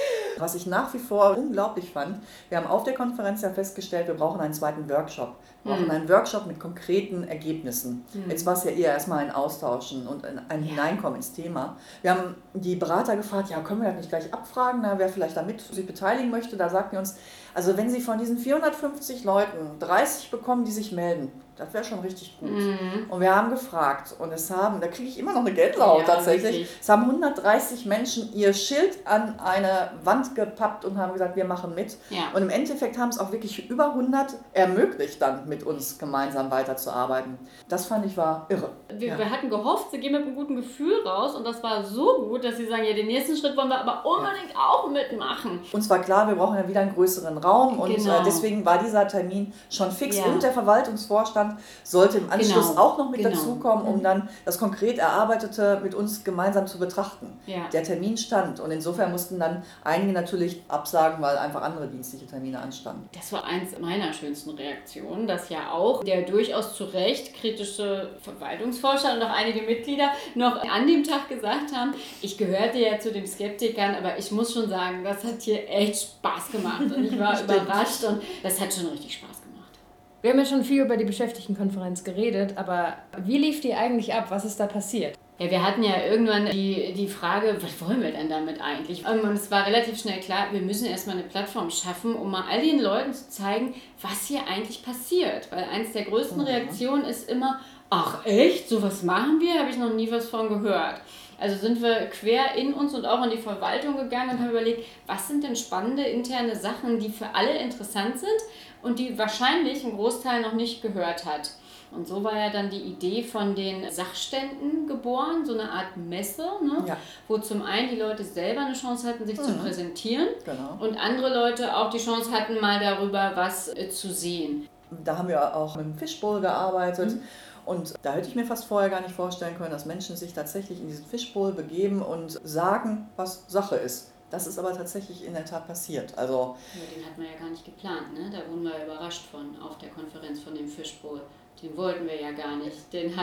Was ich nach wie vor unglaublich fand, wir haben auf der Konferenz ja festgestellt, wir brauchen einen zweiten Workshop. Wir brauchen einen Workshop mit konkreten Ergebnissen. Jetzt war es ja eher erstmal ein Austauschen und ein Hineinkommen ins Thema. Wir haben die Berater gefragt, ja, können wir das nicht gleich abfragen, wer vielleicht damit sich beteiligen möchte. Da sagten wir uns, also wenn Sie von diesen 450 Leuten 30 bekommen, die sich melden, das wäre schon richtig gut. Und wir haben gefragt und da kriege ich immer noch eine Gänsehaut tatsächlich. Richtig. Es haben 130 Menschen ihr Schild an eine Wand gepappt und haben gesagt, wir machen mit. Ja. Und im Endeffekt haben es auch wirklich über 100 ermöglicht, dann mit uns gemeinsam weiterzuarbeiten. Das fand ich war irre. Wir hatten gehofft, sie gehen mit einem guten Gefühl raus und das war so gut, dass sie sagen, ja, den nächsten Schritt wollen wir aber unbedingt auch mitmachen. Uns war klar, wir brauchen ja wieder einen größeren Raum und deswegen war dieser Termin schon fix und der Verwaltungsvorstand sollte im Anschluss auch noch mit dazukommen, um dann das konkret Erarbeitete mit uns gemeinsam zu betrachten. Ja. Der Termin stand und insofern mussten dann einige natürlich absagen, weil einfach andere dienstliche Termine anstanden. Das war eins meiner schönsten Reaktionen, dass ja auch der durchaus zu Recht kritische Verwaltungsvorstand und auch einige Mitglieder noch an dem Tag gesagt haben, ich gehörte ja zu den Skeptikern, aber ich muss schon sagen, das hat hier echt Spaß gemacht und ich war überrascht und das hat schon richtig Spaß gemacht. Wir haben ja schon viel über die Beschäftigtenkonferenz geredet, aber wie lief die eigentlich ab? Was ist da passiert? Ja, wir hatten ja irgendwann die Frage, was wollen wir denn damit eigentlich? Und es war relativ schnell klar, wir müssen erstmal eine Plattform schaffen, um mal all den Leuten zu zeigen, was hier eigentlich passiert. Weil eins der größten Reaktionen ist immer, ach echt, sowas machen wir? Habe ich noch nie was von gehört. Also sind wir quer in uns und auch in die Verwaltung gegangen und haben überlegt, was sind denn spannende interne Sachen, die für alle interessant sind und die wahrscheinlich ein Großteil noch nicht gehört hat. Und so war ja dann die Idee von den Sachständen geboren, so eine Art Messe, wo zum einen die Leute selber eine Chance hatten, sich zu präsentieren und andere Leute auch die Chance hatten, mal darüber was zu sehen. Da haben wir auch mit dem Fishbowl gearbeitet. Und da hätte ich mir fast vorher gar nicht vorstellen können, dass Menschen sich tatsächlich in diesen Fishbowl begeben und sagen, was Sache ist. Das ist aber tatsächlich in der Tat passiert. Also, den hatten wir ja gar nicht geplant, ne? Da wurden wir überrascht auf der Konferenz von dem Fishbowl. Den wollten wir ja gar nicht.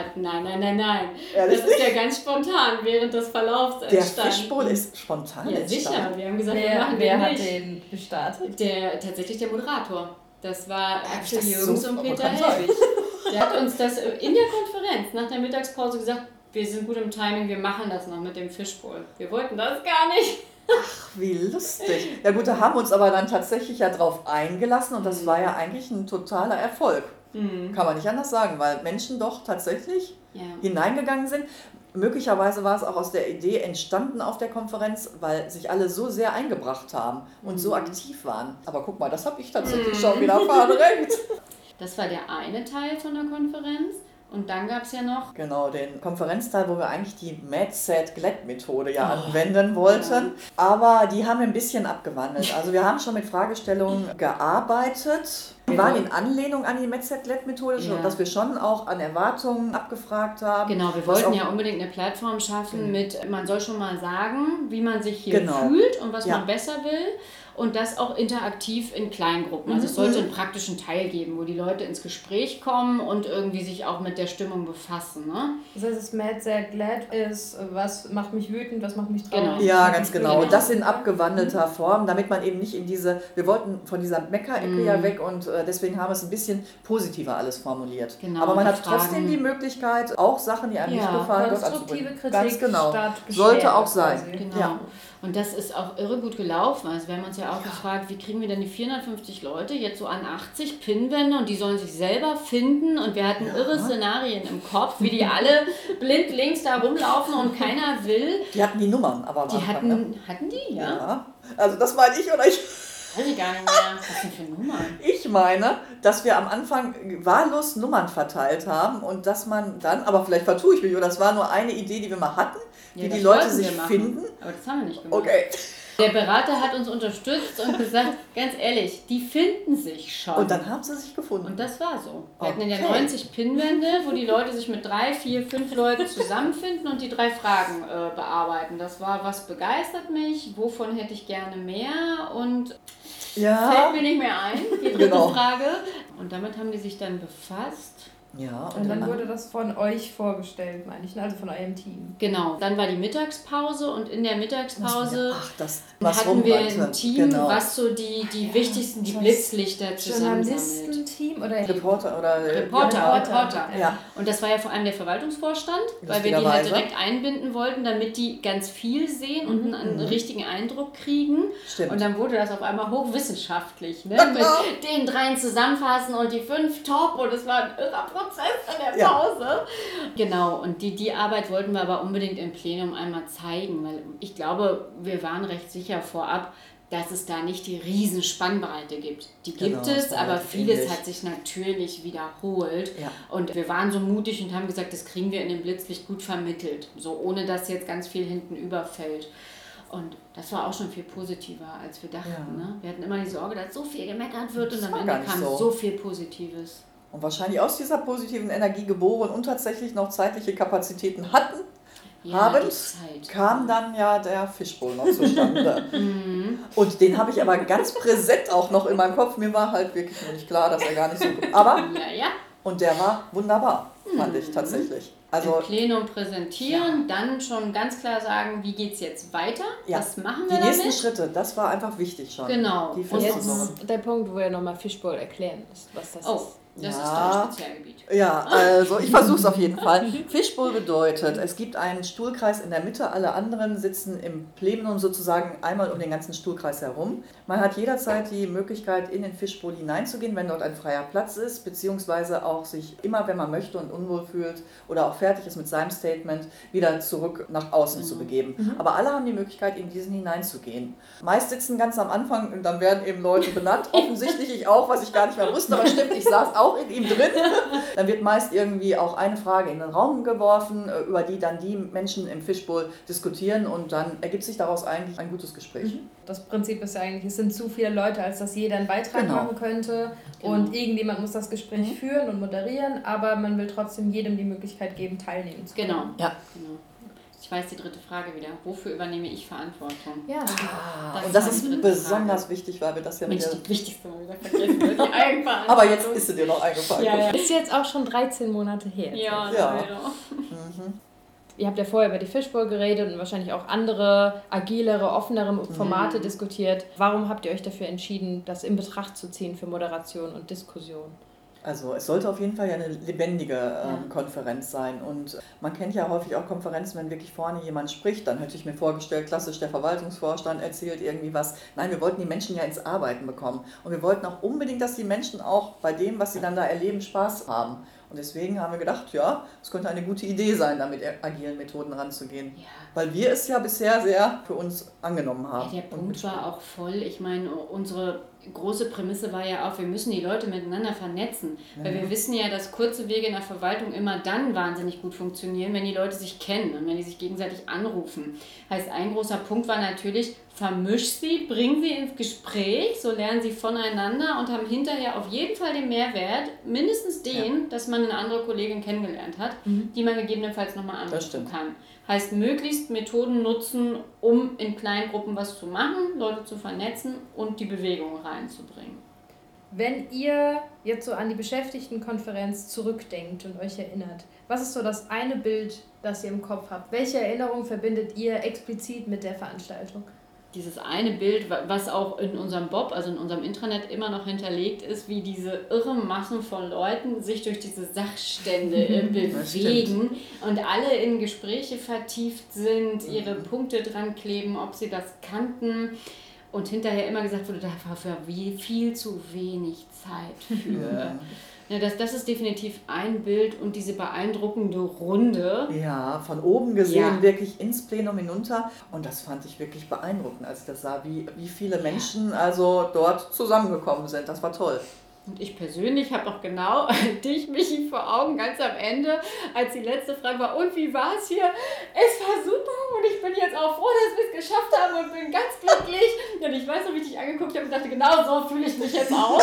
Nein. Ehrlich das ist ja ganz spontan während des Verlaufs entstanden. Der Fishbowl ist spontan entstanden? Ja, sicher. Wir haben gesagt, wer hat den gestartet? Tatsächlich der Moderator. Das war Axel Jürgens und Peter Helwig. Der hat uns das in der Konferenz nach der Mittagspause gesagt, wir sind gut im Timing, wir machen das noch mit dem Fishbowl. Wir wollten das gar nicht. Ach, wie lustig. Ja gut, da haben wir uns aber dann tatsächlich ja drauf eingelassen und das war ja eigentlich ein totaler Erfolg. Kann man nicht anders sagen, weil Menschen doch tatsächlich hineingegangen sind. Möglicherweise war es auch aus der Idee entstanden auf der Konferenz, weil sich alle so sehr eingebracht haben und so aktiv waren. Aber guck mal, das habe ich tatsächlich schon wieder verdrängt. Das war der eine Teil von der Konferenz. Und dann gab es ja noch... Genau, den Konferenzteil, wo wir eigentlich die Mad-Set-Glad-Methode anwenden wollten. Aber die haben wir ein bisschen abgewandelt. Also wir haben schon mit Fragestellungen gearbeitet. Wir waren in Anlehnung an die Mad-Set-Glad-Methode, dass wir schon auch an Erwartungen abgefragt haben. Genau, wir wollten ja unbedingt eine Plattform schaffen man soll schon mal sagen, wie man sich hier fühlt und was man besser will. Und das auch interaktiv in Kleingruppen. Also es sollte einen praktischen Teil geben, wo die Leute ins Gespräch kommen und irgendwie sich auch mit der Stimmung befassen. Ne? Das heißt, das Mad Sad Glad ist, was macht mich wütend, was macht mich traurig. Genau. Ja, ganz genau. Und das in abgewandelter Form, damit man eben nicht in wir wollten von dieser Mecker-Ecke ja weg und deswegen haben wir es ein bisschen positiver alles formuliert. Genau, aber man hat trotzdem die Möglichkeit, auch Sachen, die einem nicht gefallen, dort anzubringen. Kritik ganz genau. Sollte auch sein. Genau. Ja. Und das ist auch irre gut gelaufen. Also wir haben uns ja auch gefragt, wie kriegen wir denn die 450 Leute jetzt so an 80 Pinnwände und die sollen sich selber finden und wir hatten irre Szenarien im Kopf, wie die alle blind links da rumlaufen und keiner will. Die hatten die Nummern, aber hatten die, ja? Ja, also das meine ich oder ich... Weiß ich gar nicht mehr. Was sind für Nummern? Ich meine, dass wir am Anfang wahllos Nummern verteilt haben und dass man dann, aber vielleicht vertue ich mich, oder das war nur eine Idee, die wir mal hatten, wie die Leute sich finden. Aber das haben wir nicht gemacht. Okay. Der Berater hat uns unterstützt und gesagt, ganz ehrlich, die finden sich schon. Und dann haben sie sich gefunden. Und das war so. Wir hatten ja 90 Pinnwände, wo die Leute sich mit 3, 4, 5 Leuten zusammenfinden und die 3 Fragen bearbeiten. Das war, was begeistert mich, wovon hätte ich gerne mehr und fällt mir nicht mehr ein, die dritte Frage. Und damit haben die sich dann befasst. Ja, Und dann wurde das von euch vorgestellt, meine ich, also von eurem Team. Genau, dann war die Mittagspause und in der Mittagspause was hatten wir ein Team, genau. was so die wichtigsten, die Blitzlichter zusammensammelt. Journalistenteam oder Reporter. Ja. Und das war ja vor allem der Verwaltungsvorstand, weil wir die halt direkt einbinden wollten, damit die ganz viel sehen und einen richtigen Eindruck kriegen. Stimmt. Und dann wurde das auf einmal hochwissenschaftlich, ne? Mit den 3 zusammenfassen und die 5 top und es war ein irrer Prozess in der Pause. Ja. Genau, und die Arbeit wollten wir aber unbedingt im Plenum einmal zeigen, weil ich glaube, wir waren recht sicher vorab, dass es da nicht die riesen Spannbreite gibt. Die gibt es, aber vieles hat sich natürlich wiederholt. Ja. Und wir waren so mutig und haben gesagt, das kriegen wir in dem Blitzlicht gut vermittelt, so ohne dass jetzt ganz viel hinten überfällt. Und das war auch schon viel positiver, als wir dachten. Ja. Ne? Wir hatten immer die Sorge, dass so viel gemeckert wird und am Ende kam so viel Positives. Und wahrscheinlich aus dieser positiven Energie geboren und tatsächlich noch zeitliche Kapazitäten hatten, kam dann ja der Fishbowl noch zustande. Und den habe ich aber ganz präsent auch noch in meinem Kopf. Mir war halt wirklich noch nicht klar, dass er gar nicht so gut war. Und der war wunderbar, fand ich tatsächlich. Also im Plenum präsentieren, dann schon ganz klar sagen, wie geht es jetzt weiter, was machen wir damit? Die nächsten Schritte, das war einfach wichtig schon. Genau. Und jetzt der Punkt, wo ihr nochmal Fishbowl erklären müsst, was das ist. Das ist dein Spezialgebiet. Ja, also ich versuche es auf jeden Fall. Fishbowl bedeutet, es gibt einen Stuhlkreis in der Mitte, alle anderen sitzen im Plenum sozusagen einmal um den ganzen Stuhlkreis herum. Man hat jederzeit die Möglichkeit, in den Fishbowl hineinzugehen, wenn dort ein freier Platz ist, beziehungsweise auch sich immer, wenn man möchte und unwohl fühlt oder auch fertig ist mit seinem Statement, wieder zurück nach außen zu begeben. Aber alle haben die Möglichkeit, in diesen hineinzugehen. Meist sitzen ganz am Anfang und dann werden eben Leute benannt, offensichtlich ich auch, was ich gar nicht mehr wusste, aber stimmt, ich saß auch in ihm drin. Dann wird meist irgendwie auch eine Frage in den Raum geworfen, über die dann die Menschen im Fishbowl diskutieren und dann ergibt sich daraus eigentlich ein gutes Gespräch. Das Prinzip ist ja eigentlich, es sind zu viele Leute, als dass jeder einen Beitrag machen könnte und irgendjemand muss das Gespräch führen und moderieren, aber man will trotzdem jedem die Möglichkeit geben, teilnehmen zu können. Genau. Ich weiß die dritte Frage wieder. Wofür übernehme ich Verantwortung? Ja. Und das ist besonders wichtig, weil wir das ja mit der... Die wichtigste Mal wieder vergessen, die Eigenverantwortung. Aber jetzt ist sie dir noch eingefallen. Ja. Ist jetzt auch schon 13 Monate her. Ja. Ihr habt ja vorher über die Fishbowl geredet und wahrscheinlich auch andere, agilere, offenere Formate diskutiert. Warum habt ihr euch dafür entschieden, das in Betracht zu ziehen für Moderation und Diskussion? Also es sollte auf jeden Fall ja eine lebendige Konferenz sein und man kennt ja häufig auch Konferenzen, wenn wirklich vorne jemand spricht, dann hätte ich mir vorgestellt, klassisch der Verwaltungsvorstand erzählt irgendwie was. Nein, wir wollten die Menschen ja ins Arbeiten bekommen und wir wollten auch unbedingt, dass die Menschen auch bei dem, was sie dann da erleben, Spaß haben. Und deswegen haben wir gedacht, ja, es könnte eine gute Idee sein, da mit agilen Methoden ranzugehen. Ja. Weil wir es ja bisher sehr für uns angenommen haben. Ja, der Punkt war auch voll. Ich meine, unsere große Prämisse war ja auch, wir müssen die Leute miteinander vernetzen. Ja. Weil wir wissen ja, dass kurze Wege in der Verwaltung immer dann wahnsinnig gut funktionieren, wenn die Leute sich kennen und wenn die sich gegenseitig anrufen. Heißt, ein großer Punkt war natürlich, vermisch sie, bring sie ins Gespräch, so lernen sie voneinander und haben hinterher auf jeden Fall den Mehrwert, mindestens den, dass man eine andere Kollegin kennengelernt hat, die man gegebenenfalls nochmal anrufen kann. Heißt, möglichst Methoden nutzen, um in kleinen Gruppen was zu machen, Leute zu vernetzen und die Bewegung reinzubringen. Wenn ihr jetzt so an die Beschäftigtenkonferenz zurückdenkt und euch erinnert, was ist so das eine Bild, das ihr im Kopf habt? Welche Erinnerung verbindet ihr explizit mit der Veranstaltung? Dieses eine Bild, was auch in unserem Bob, also in unserem Intranet immer noch hinterlegt ist, wie diese irren Massen von Leuten sich durch diese Sachstände bewegen und alle in Gespräche vertieft sind, ihre Punkte dran kleben, ob sie das kannten und hinterher immer gesagt wurde, da war für viel zu wenig Zeit für. Ja, das ist definitiv ein Bild und diese beeindruckende Runde. Ja, von oben gesehen wirklich ins Plenum hinunter. Und das fand ich wirklich beeindruckend, als ich das sah, wie viele Menschen also dort zusammengekommen sind. Das war toll. Und ich persönlich habe auch genau dich, Michi, vor Augen, ganz am Ende, als die letzte Frage war, und wie war es hier? Es war super und ich bin jetzt auch froh, dass wir es geschafft haben und bin ganz glücklich. Und ich weiß noch, wie ich dich angeguckt habe und dachte, genau so fühle ich mich jetzt auch.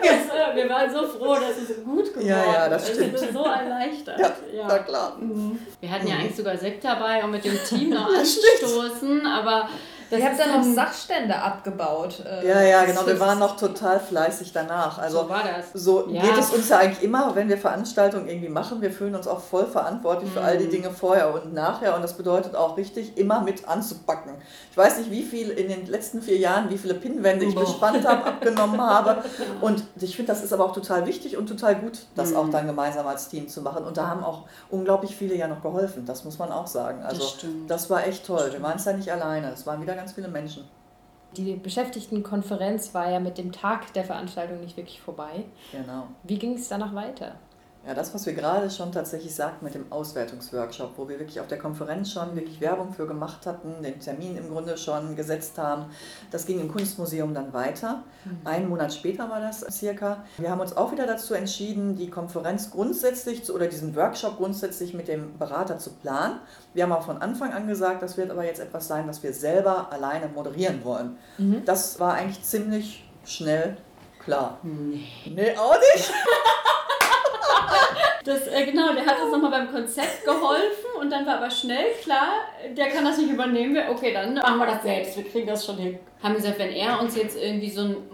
Wir waren so froh, dass es gut geworden ist. Ja, das stimmt. Ich bin so erleichtert. Ja, klar. Wir hatten ja eigentlich sogar Sekt dabei, um mit dem Team noch anzustoßen, aber Ihr habt dann noch Sachstände abgebaut. Ja, genau. Wir waren noch total fleißig danach. Also so war das. So geht es uns ja eigentlich immer, wenn wir Veranstaltungen irgendwie machen. Wir fühlen uns auch voll verantwortlich für all die Dinge vorher und nachher. Und das bedeutet auch richtig, immer mit anzupacken. Ich weiß nicht, wie viel in den letzten 4 Jahren, wie viele Pinnwände ich bespannt habe, abgenommen habe. Und ich finde, das ist aber auch total wichtig und total gut, das auch dann gemeinsam als Team zu machen. Und da haben auch unglaublich viele ja noch geholfen. Das muss man auch sagen. Also das war echt toll. Wir waren es ja nicht alleine. Es waren wieder ganz viele Menschen. Die Beschäftigtenkonferenz war ja mit dem Tag der Veranstaltung nicht wirklich vorbei. Genau. Wie ging es danach weiter? Ja, das, was wir gerade schon tatsächlich sagten mit dem Auswertungsworkshop, wo wir wirklich auf der Konferenz schon wirklich Werbung für gemacht hatten, den Termin im Grunde schon gesetzt haben, das ging im Kunstmuseum dann weiter. 1 Monat später war das circa. Wir haben uns auch wieder dazu entschieden, die Konferenz grundsätzlich oder diesen Workshop grundsätzlich mit dem Berater zu planen. Wir haben auch von Anfang an gesagt, das wird aber jetzt etwas sein, was wir selber alleine moderieren wollen. Das war eigentlich ziemlich schnell klar. Nee, auch nicht? Genau, der hat uns nochmal beim Konzept geholfen und dann war aber schnell klar, der kann das nicht übernehmen. Okay, dann machen wir das selbst, wir kriegen das schon hin. Haben gesagt, wenn er uns jetzt irgendwie so einen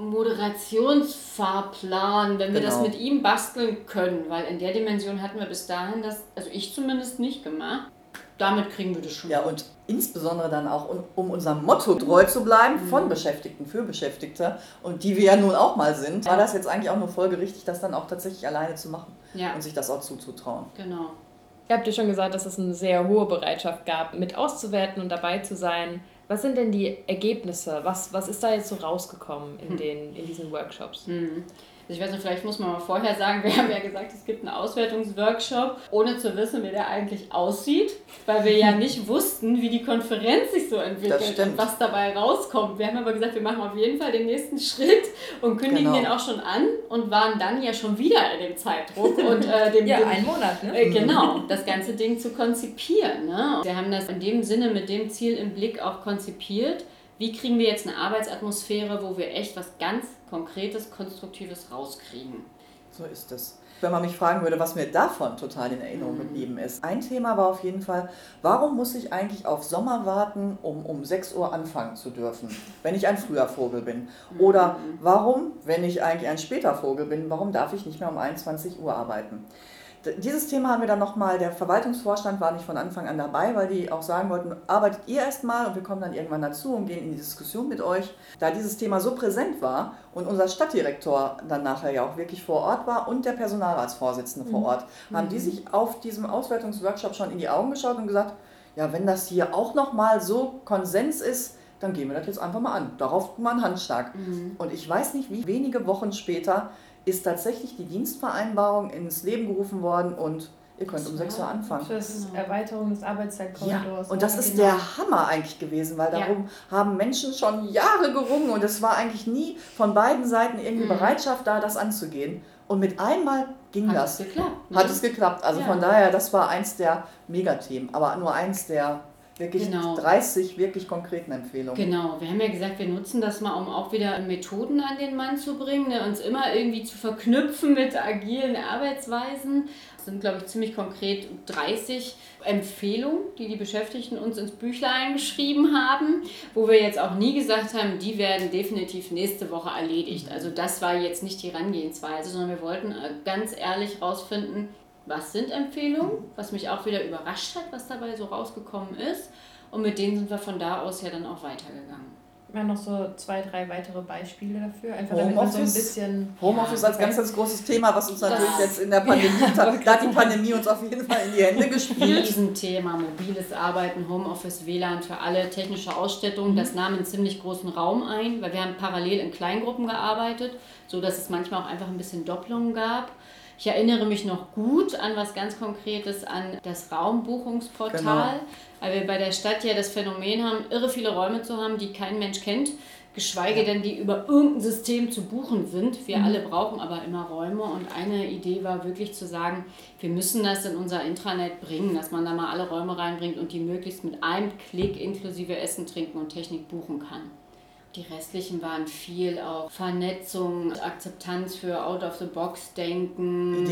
Moderationsfahrplan, wenn wir das mit ihm basteln können, weil in der Dimension hatten wir bis dahin das, also ich zumindest nicht gemacht. Damit kriegen wir das schon. Ja, und insbesondere dann auch, um unserem Motto treu zu bleiben, von Beschäftigten für Beschäftigte, und die wir ja nun auch mal sind, war das jetzt eigentlich auch nur folgerichtig, das dann auch tatsächlich alleine zu machen und sich das auch zuzutrauen. Genau. Ihr habt ja schon gesagt, dass es eine sehr hohe Bereitschaft gab, mit auszuwerten und dabei zu sein. Was sind denn die Ergebnisse? Was ist da jetzt so rausgekommen in diesen Workshops? Ich weiß nicht, vielleicht muss man mal vorher sagen, wir haben ja gesagt, es gibt einen Auswertungsworkshop, ohne zu wissen, wie der eigentlich aussieht, weil wir ja nicht wussten, wie die Konferenz sich so entwickelt und was dabei rauskommt. Wir haben aber gesagt, wir machen auf jeden Fall den nächsten Schritt und kündigen den auch schon an und waren dann ja schon wieder in dem Zeitdruck. Und, 1 Monat, ne? Genau, das ganze Ding zu konzipieren. Ne? Wir haben das in dem Sinne mit dem Ziel im Blick auch konzipiert. Wie kriegen wir jetzt eine Arbeitsatmosphäre, wo wir echt was ganz Konkretes, Konstruktives rauskriegen? So ist es. Wenn man mich fragen würde, was mir davon total in Erinnerung geblieben ist. Ein Thema war auf jeden Fall, warum muss ich eigentlich auf Sommer warten, um 6 Uhr anfangen zu dürfen, wenn ich ein früher Vogel bin? Oder warum, wenn ich eigentlich ein später Vogel bin, warum darf ich nicht mehr um 21 Uhr arbeiten? Dieses Thema haben wir dann nochmal, der Verwaltungsvorstand war nicht von Anfang an dabei, weil die auch sagen wollten, arbeitet ihr erstmal und wir kommen dann irgendwann dazu und gehen in die Diskussion mit euch. Da dieses Thema so präsent war und unser Stadtdirektor dann nachher ja auch wirklich vor Ort war und der Personalratsvorsitzende vor Ort, haben die sich auf diesem Auswertungsworkshop schon in die Augen geschaut und gesagt, ja, wenn das hier auch nochmal so Konsens ist, dann gehen wir das jetzt einfach mal an. Darauf mal einen Handschlag. Und ich weiß nicht, wie wenige Wochen später ist tatsächlich die Dienstvereinbarung ins Leben gerufen worden und ihr könnt um 6 Uhr anfangen. Für die Erweiterung des Arbeitszeitkorridors. Ja, und das ist der Hammer eigentlich gewesen, weil darum haben Menschen schon Jahre gerungen und es war eigentlich nie von beiden Seiten irgendwie Bereitschaft da, das anzugehen. Und mit einmal ging das. Hat es geklappt. Also von daher, das war eins der Megathemen, aber nur eins der wirklich 30 wirklich konkreten Empfehlungen. Genau, wir haben ja gesagt, wir nutzen das mal, um auch wieder Methoden an den Mann zu bringen, ne, uns immer irgendwie zu verknüpfen mit agilen Arbeitsweisen. Das sind, glaube ich, ziemlich konkret 30 Empfehlungen, die die Beschäftigten uns ins Büchlein geschrieben haben, wo wir jetzt auch nie gesagt haben, die werden definitiv nächste Woche erledigt. Also das war jetzt nicht die Herangehensweise, sondern wir wollten ganz ehrlich rausfinden, was sind Empfehlungen, was mich auch wieder überrascht hat, was dabei so rausgekommen ist. Und mit denen sind wir von da aus ja dann auch weitergegangen. Wir haben noch so 2, 3 weitere Beispiele dafür. Einfach damit man so ein bisschen... Homeoffice als ganz, ganz großes Thema, was uns natürlich jetzt in der Pandemie... da hat die Pandemie uns auf jeden Fall in die Hände gespielt. Riesenthema, mobiles Arbeiten, Homeoffice, WLAN für alle, technische Ausstattung. Das nahm einen ziemlich großen Raum ein, weil wir haben parallel in Kleingruppen gearbeitet, sodass es manchmal auch einfach ein bisschen Doppelungen gab. Ich erinnere mich noch gut an was ganz Konkretes, an das Raumbuchungsportal, weil wir bei der Stadt ja das Phänomen haben, irre viele Räume zu haben, die kein Mensch kennt, geschweige denn die über irgendein System zu buchen sind. Wir alle brauchen aber immer Räume und eine Idee war wirklich zu sagen, wir müssen das in unser Intranet bringen, dass man da mal alle Räume reinbringt und die möglichst mit einem Klick inklusive Essen, Trinken und Technik buchen kann. Die restlichen waren viel auch Vernetzung, Akzeptanz für Out-of-the-Box-Denken.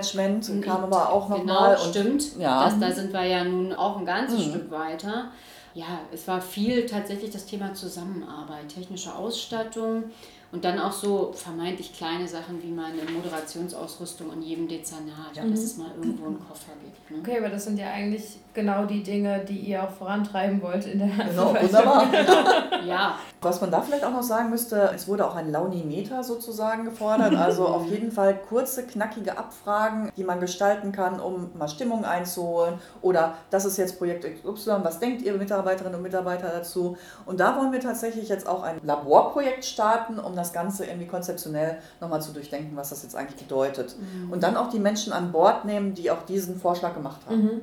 Ideenmanagement kam aber auch nochmal. Genau, stimmt. Da sind wir ja nun auch ein ganzes Stück weiter. ja, es war viel tatsächlich das Thema Zusammenarbeit, technische Ausstattung und dann auch so vermeintlich kleine Sachen wie mal eine Moderationsausrüstung in jedem Dezernat, dass es mal irgendwo einen Koffer gibt. Ne? Okay, aber das sind ja eigentlich genau die Dinge, die ihr auch vorantreiben wollt in der Genau, wunderbar. Ja. Was man da vielleicht auch noch sagen müsste, es wurde auch ein Launimeter sozusagen gefordert, also auf jeden Fall kurze, knackige Abfragen, die man gestalten kann, um mal Stimmung einzuholen oder das ist jetzt Projekt XY, was denkt ihr Mitarbeiterinnen und Mitarbeiter dazu? Und da wollen wir tatsächlich jetzt auch ein Laborprojekt starten, um das Ganze irgendwie konzeptionell nochmal zu durchdenken, was das jetzt eigentlich bedeutet. Und dann auch die Menschen an Bord nehmen, die auch diesen Vorschlag gemacht haben.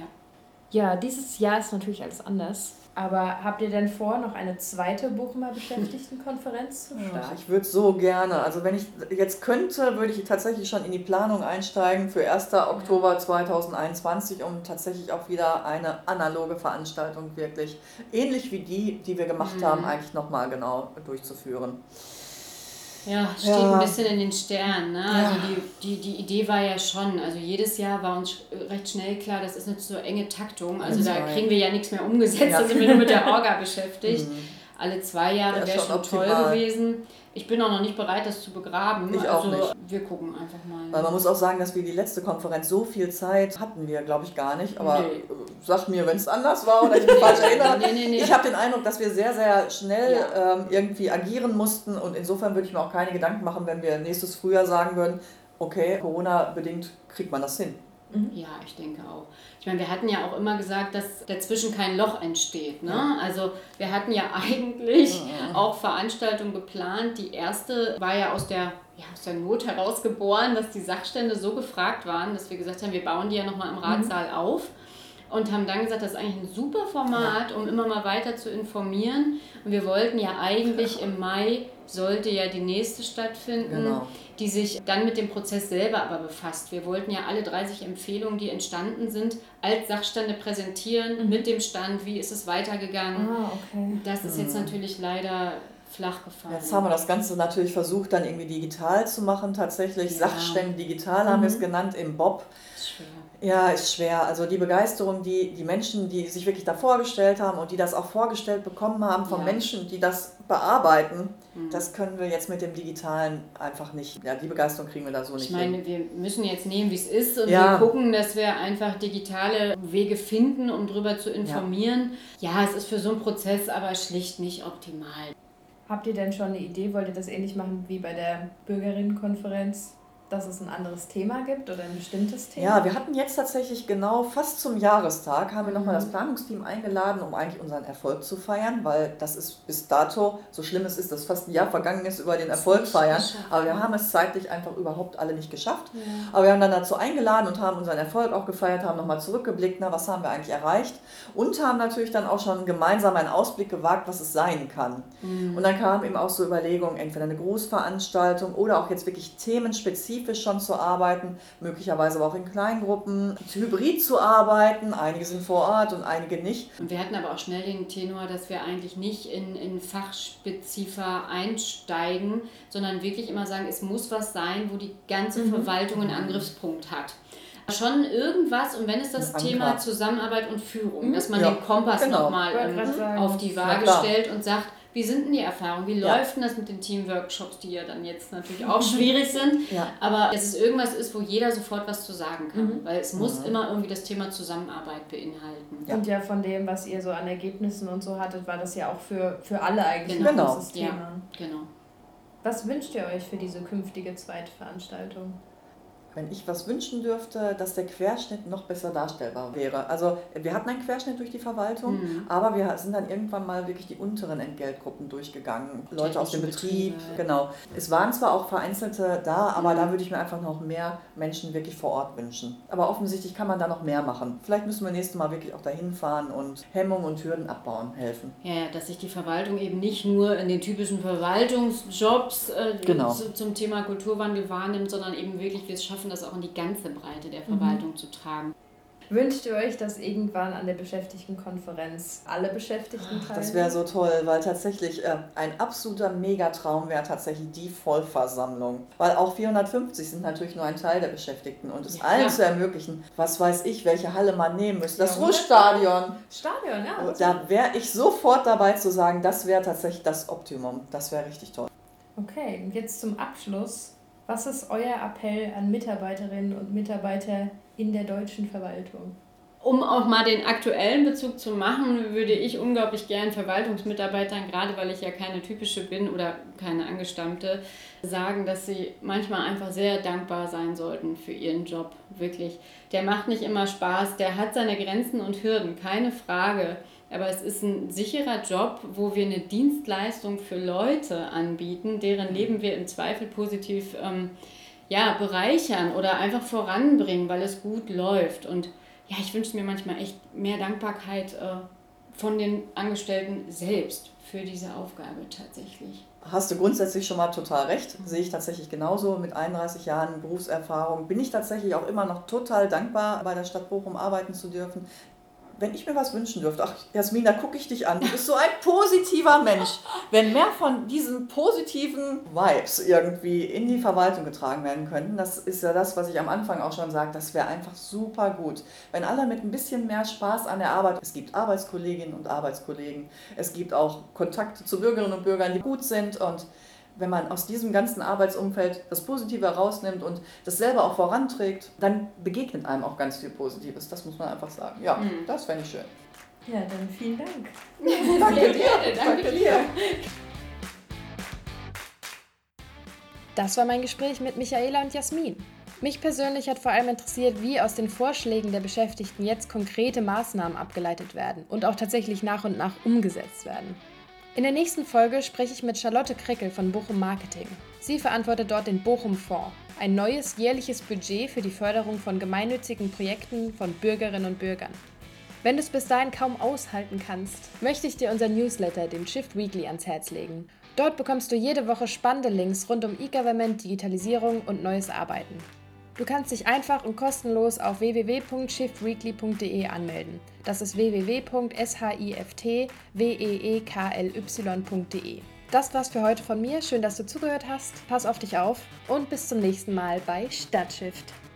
Ja, dieses Jahr ist natürlich alles anders. Aber habt ihr denn vor, noch eine zweite Bochumer Beschäftigtenkonferenz zu starten? Ja, ich würde so gerne. Also wenn ich jetzt könnte, würde ich tatsächlich schon in die Planung einsteigen für 1. Oktober 2021, um tatsächlich auch wieder eine analoge Veranstaltung wirklich, ähnlich wie die wir gemacht haben, eigentlich nochmal genau durchzuführen. Ja, steht ein bisschen in den Sternen. Ne? Also die Idee war ja schon, also jedes Jahr war uns recht schnell klar, das ist eine zu enge Taktung. Also da kriegen wir ja nichts mehr umgesetzt, da sind wir nur mit der Orga beschäftigt. Alle 2 Jahre wäre schon toll gewesen. Ich bin auch noch nicht bereit, das zu begraben. Ich auch nicht. Wir gucken einfach mal. Weil man muss auch sagen, dass wir die letzte Konferenz so viel Zeit hatten wir, glaube ich, gar nicht. Aber sag mir, wenn es anders war oder ich mich falsch erinnere. Nee. Ich habe den Eindruck, dass wir sehr, sehr schnell irgendwie agieren mussten. Und insofern würde ich mir auch keine Gedanken machen, wenn wir nächstes Frühjahr sagen würden, okay, Corona-bedingt kriegt man das hin. Ja, ich denke auch. Ich meine, wir hatten ja auch immer gesagt, dass dazwischen kein Loch entsteht. Ne? Also wir hatten ja eigentlich auch Veranstaltungen geplant. Die erste war ja aus der Not heraus geboren, dass die Sachstände so gefragt waren, dass wir gesagt haben, wir bauen die ja nochmal im Ratssaal auf. Und haben dann gesagt, das ist eigentlich ein super Format, um immer mal weiter zu informieren. Und wir wollten ja eigentlich im Mai, sollte ja die nächste stattfinden, die sich dann mit dem Prozess selber aber befasst. Wir wollten ja alle 30 Empfehlungen, die entstanden sind, als Sachstände präsentieren, mit dem Stand, wie ist es weitergegangen. Das ist jetzt natürlich leider flach gefallen. Jetzt haben wir das Ganze natürlich versucht, dann irgendwie digital zu machen, tatsächlich. Sachstände digital haben wir es genannt im Bob. Schwer. Ja, ist schwer. Also die Begeisterung, die Menschen, die sich wirklich da vorgestellt haben und die das auch vorgestellt bekommen haben von Menschen, die das bearbeiten, das können wir jetzt mit dem Digitalen einfach nicht. Ja, die Begeisterung kriegen wir da so nicht hin. Ich meine, wir müssen jetzt nehmen, wie es ist und wir gucken, dass wir einfach digitale Wege finden, um darüber zu informieren. Ja, es ist für so einen Prozess aber schlicht nicht optimal. Habt ihr denn schon eine Idee? Wollt ihr das ähnlich machen wie bei der Bürgerinnenkonferenz? Dass es ein anderes Thema gibt oder ein bestimmtes Thema? Ja, wir hatten jetzt tatsächlich genau fast zum Jahrestag, haben wir nochmal das Planungsteam eingeladen, um eigentlich unseren Erfolg zu feiern, weil das ist bis dato, so schlimm es ist, dass fast ein Jahr vergangen ist, über den Erfolg feiern, aber wir haben es zeitlich einfach überhaupt alle nicht geschafft. Ja. Aber wir haben dann dazu eingeladen und haben unseren Erfolg auch gefeiert, haben nochmal zurückgeblickt, was haben wir eigentlich erreicht und haben natürlich dann auch schon gemeinsam einen Ausblick gewagt, was es sein kann. Und dann kamen eben auch so Überlegungen, entweder eine Großveranstaltung oder auch jetzt wirklich themenspezifisch schon zu arbeiten, möglicherweise aber auch in Kleingruppen, hybrid zu arbeiten, einige sind vor Ort und einige nicht. Und wir hatten aber auch schnell den Tenor, dass wir eigentlich nicht in Fachspezifika einsteigen, sondern wirklich immer sagen, es muss was sein, wo die ganze Verwaltung einen Angriffspunkt hat. Schon irgendwas, und wenn es das Thema Zusammenarbeit und Führung, dass man den Kompass nochmal auf die Waage stellt und sagt, wie sind denn die Erfahrungen? Wie läuft denn das mit den Teamworkshops, die ja dann jetzt natürlich auch schwierig sind? Aber dass es irgendwas ist, wo jeder sofort was zu sagen kann. Weil es muss immer irgendwie das Thema Zusammenarbeit beinhalten. Und ja, von dem, was ihr so an Ergebnissen und so hattet, war das ja auch für alle eigentlich ein großes Thema. Ja, genau. Was wünscht ihr euch für diese künftige zweite Veranstaltung? Wenn ich was wünschen dürfte, dass der Querschnitt noch besser darstellbar wäre. Also wir hatten einen Querschnitt durch die Verwaltung, aber wir sind dann irgendwann mal wirklich die unteren Entgeltgruppen durchgegangen. Leute aus dem Betrieb, genau. Es waren zwar auch Vereinzelte da, aber da würde ich mir einfach noch mehr Menschen wirklich vor Ort wünschen. Aber offensichtlich kann man da noch mehr machen. Vielleicht müssen wir nächstes Mal wirklich auch dahin fahren und Hemmungen und Hürden abbauen helfen. Ja, dass sich die Verwaltung eben nicht nur in den typischen Verwaltungsjobs zum Thema Kulturwandel wahrnimmt, sondern eben wirklich wir es schaffen, das auch in die ganze Breite der Verwaltung zu tragen. Wünscht ihr euch, dass irgendwann an der Beschäftigtenkonferenz alle Beschäftigten teilnehmen? Das wäre so toll, weil tatsächlich ein absoluter Megatraum wäre tatsächlich die Vollversammlung. Weil auch 450 sind natürlich nur ein Teil der Beschäftigten und es allen zu ermöglichen, was weiß ich, welche Halle man nehmen müsste. Das Ruhrstadion. Stadion, ja. Da wäre ich sofort dabei zu sagen, das wäre tatsächlich das Optimum. Das wäre richtig toll. Okay, und jetzt zum Abschluss. Was ist euer Appell an Mitarbeiterinnen und Mitarbeiter in der deutschen Verwaltung? Um auch mal den aktuellen Bezug zu machen, würde ich unglaublich gern Verwaltungsmitarbeitern, gerade weil ich ja keine typische bin oder keine Angestammte, sagen, dass sie manchmal einfach sehr dankbar sein sollten für ihren Job. Wirklich. Der macht nicht immer Spaß, der hat seine Grenzen und Hürden, keine Frage. Aber es ist ein sicherer Job, wo wir eine Dienstleistung für Leute anbieten, deren Leben wir im Zweifel positiv bereichern oder einfach voranbringen, weil es gut läuft. Und ja, ich wünsche mir manchmal echt mehr Dankbarkeit von den Angestellten selbst für diese Aufgabe tatsächlich. Hast du grundsätzlich schon mal total recht, sehe ich tatsächlich genauso. Mit 31 Jahren Berufserfahrung bin ich tatsächlich auch immer noch total dankbar, bei der Stadt Bochum arbeiten zu dürfen. Wenn ich mir was wünschen dürfte, ach Jasmin, da gucke ich dich an, du bist so ein positiver Mensch. Wenn mehr von diesen positiven Vibes irgendwie in die Verwaltung getragen werden könnten, das ist ja das, was ich am Anfang auch schon sagte, das wäre einfach super gut. Wenn alle mit ein bisschen mehr Spaß an der Arbeit, es gibt Arbeitskolleginnen und Arbeitskollegen, es gibt auch Kontakte zu Bürgerinnen und Bürgern, die gut sind und wenn man aus diesem ganzen Arbeitsumfeld das Positive rausnimmt und das selber auch voranträgt, dann begegnet einem auch ganz viel Positives. Das muss man einfach sagen. Ja, das fände ich schön. Ja, dann vielen Dank. Danke dir. Danke dir. Das war mein Gespräch mit Michaela und Jasmin. Mich persönlich hat vor allem interessiert, wie aus den Vorschlägen der Beschäftigten jetzt konkrete Maßnahmen abgeleitet werden und auch tatsächlich nach und nach umgesetzt werden. In der nächsten Folge spreche ich mit Charlotte Krickel von Bochum Marketing. Sie verantwortet dort den Bochum-Fonds, ein neues jährliches Budget für die Förderung von gemeinnützigen Projekten von Bürgerinnen und Bürgern. Wenn du es bis dahin kaum aushalten kannst, möchte ich dir unser Newsletter, den Shift Weekly, ans Herz legen. Dort bekommst du jede Woche spannende Links rund um E-Government, Digitalisierung und neues Arbeiten. Du kannst dich einfach und kostenlos auf www.shiftweekly.de anmelden. Das ist www.shiftweekly.de. Das war's für heute von mir. Schön, dass du zugehört hast. Pass auf dich auf und bis zum nächsten Mal bei Stadtshift.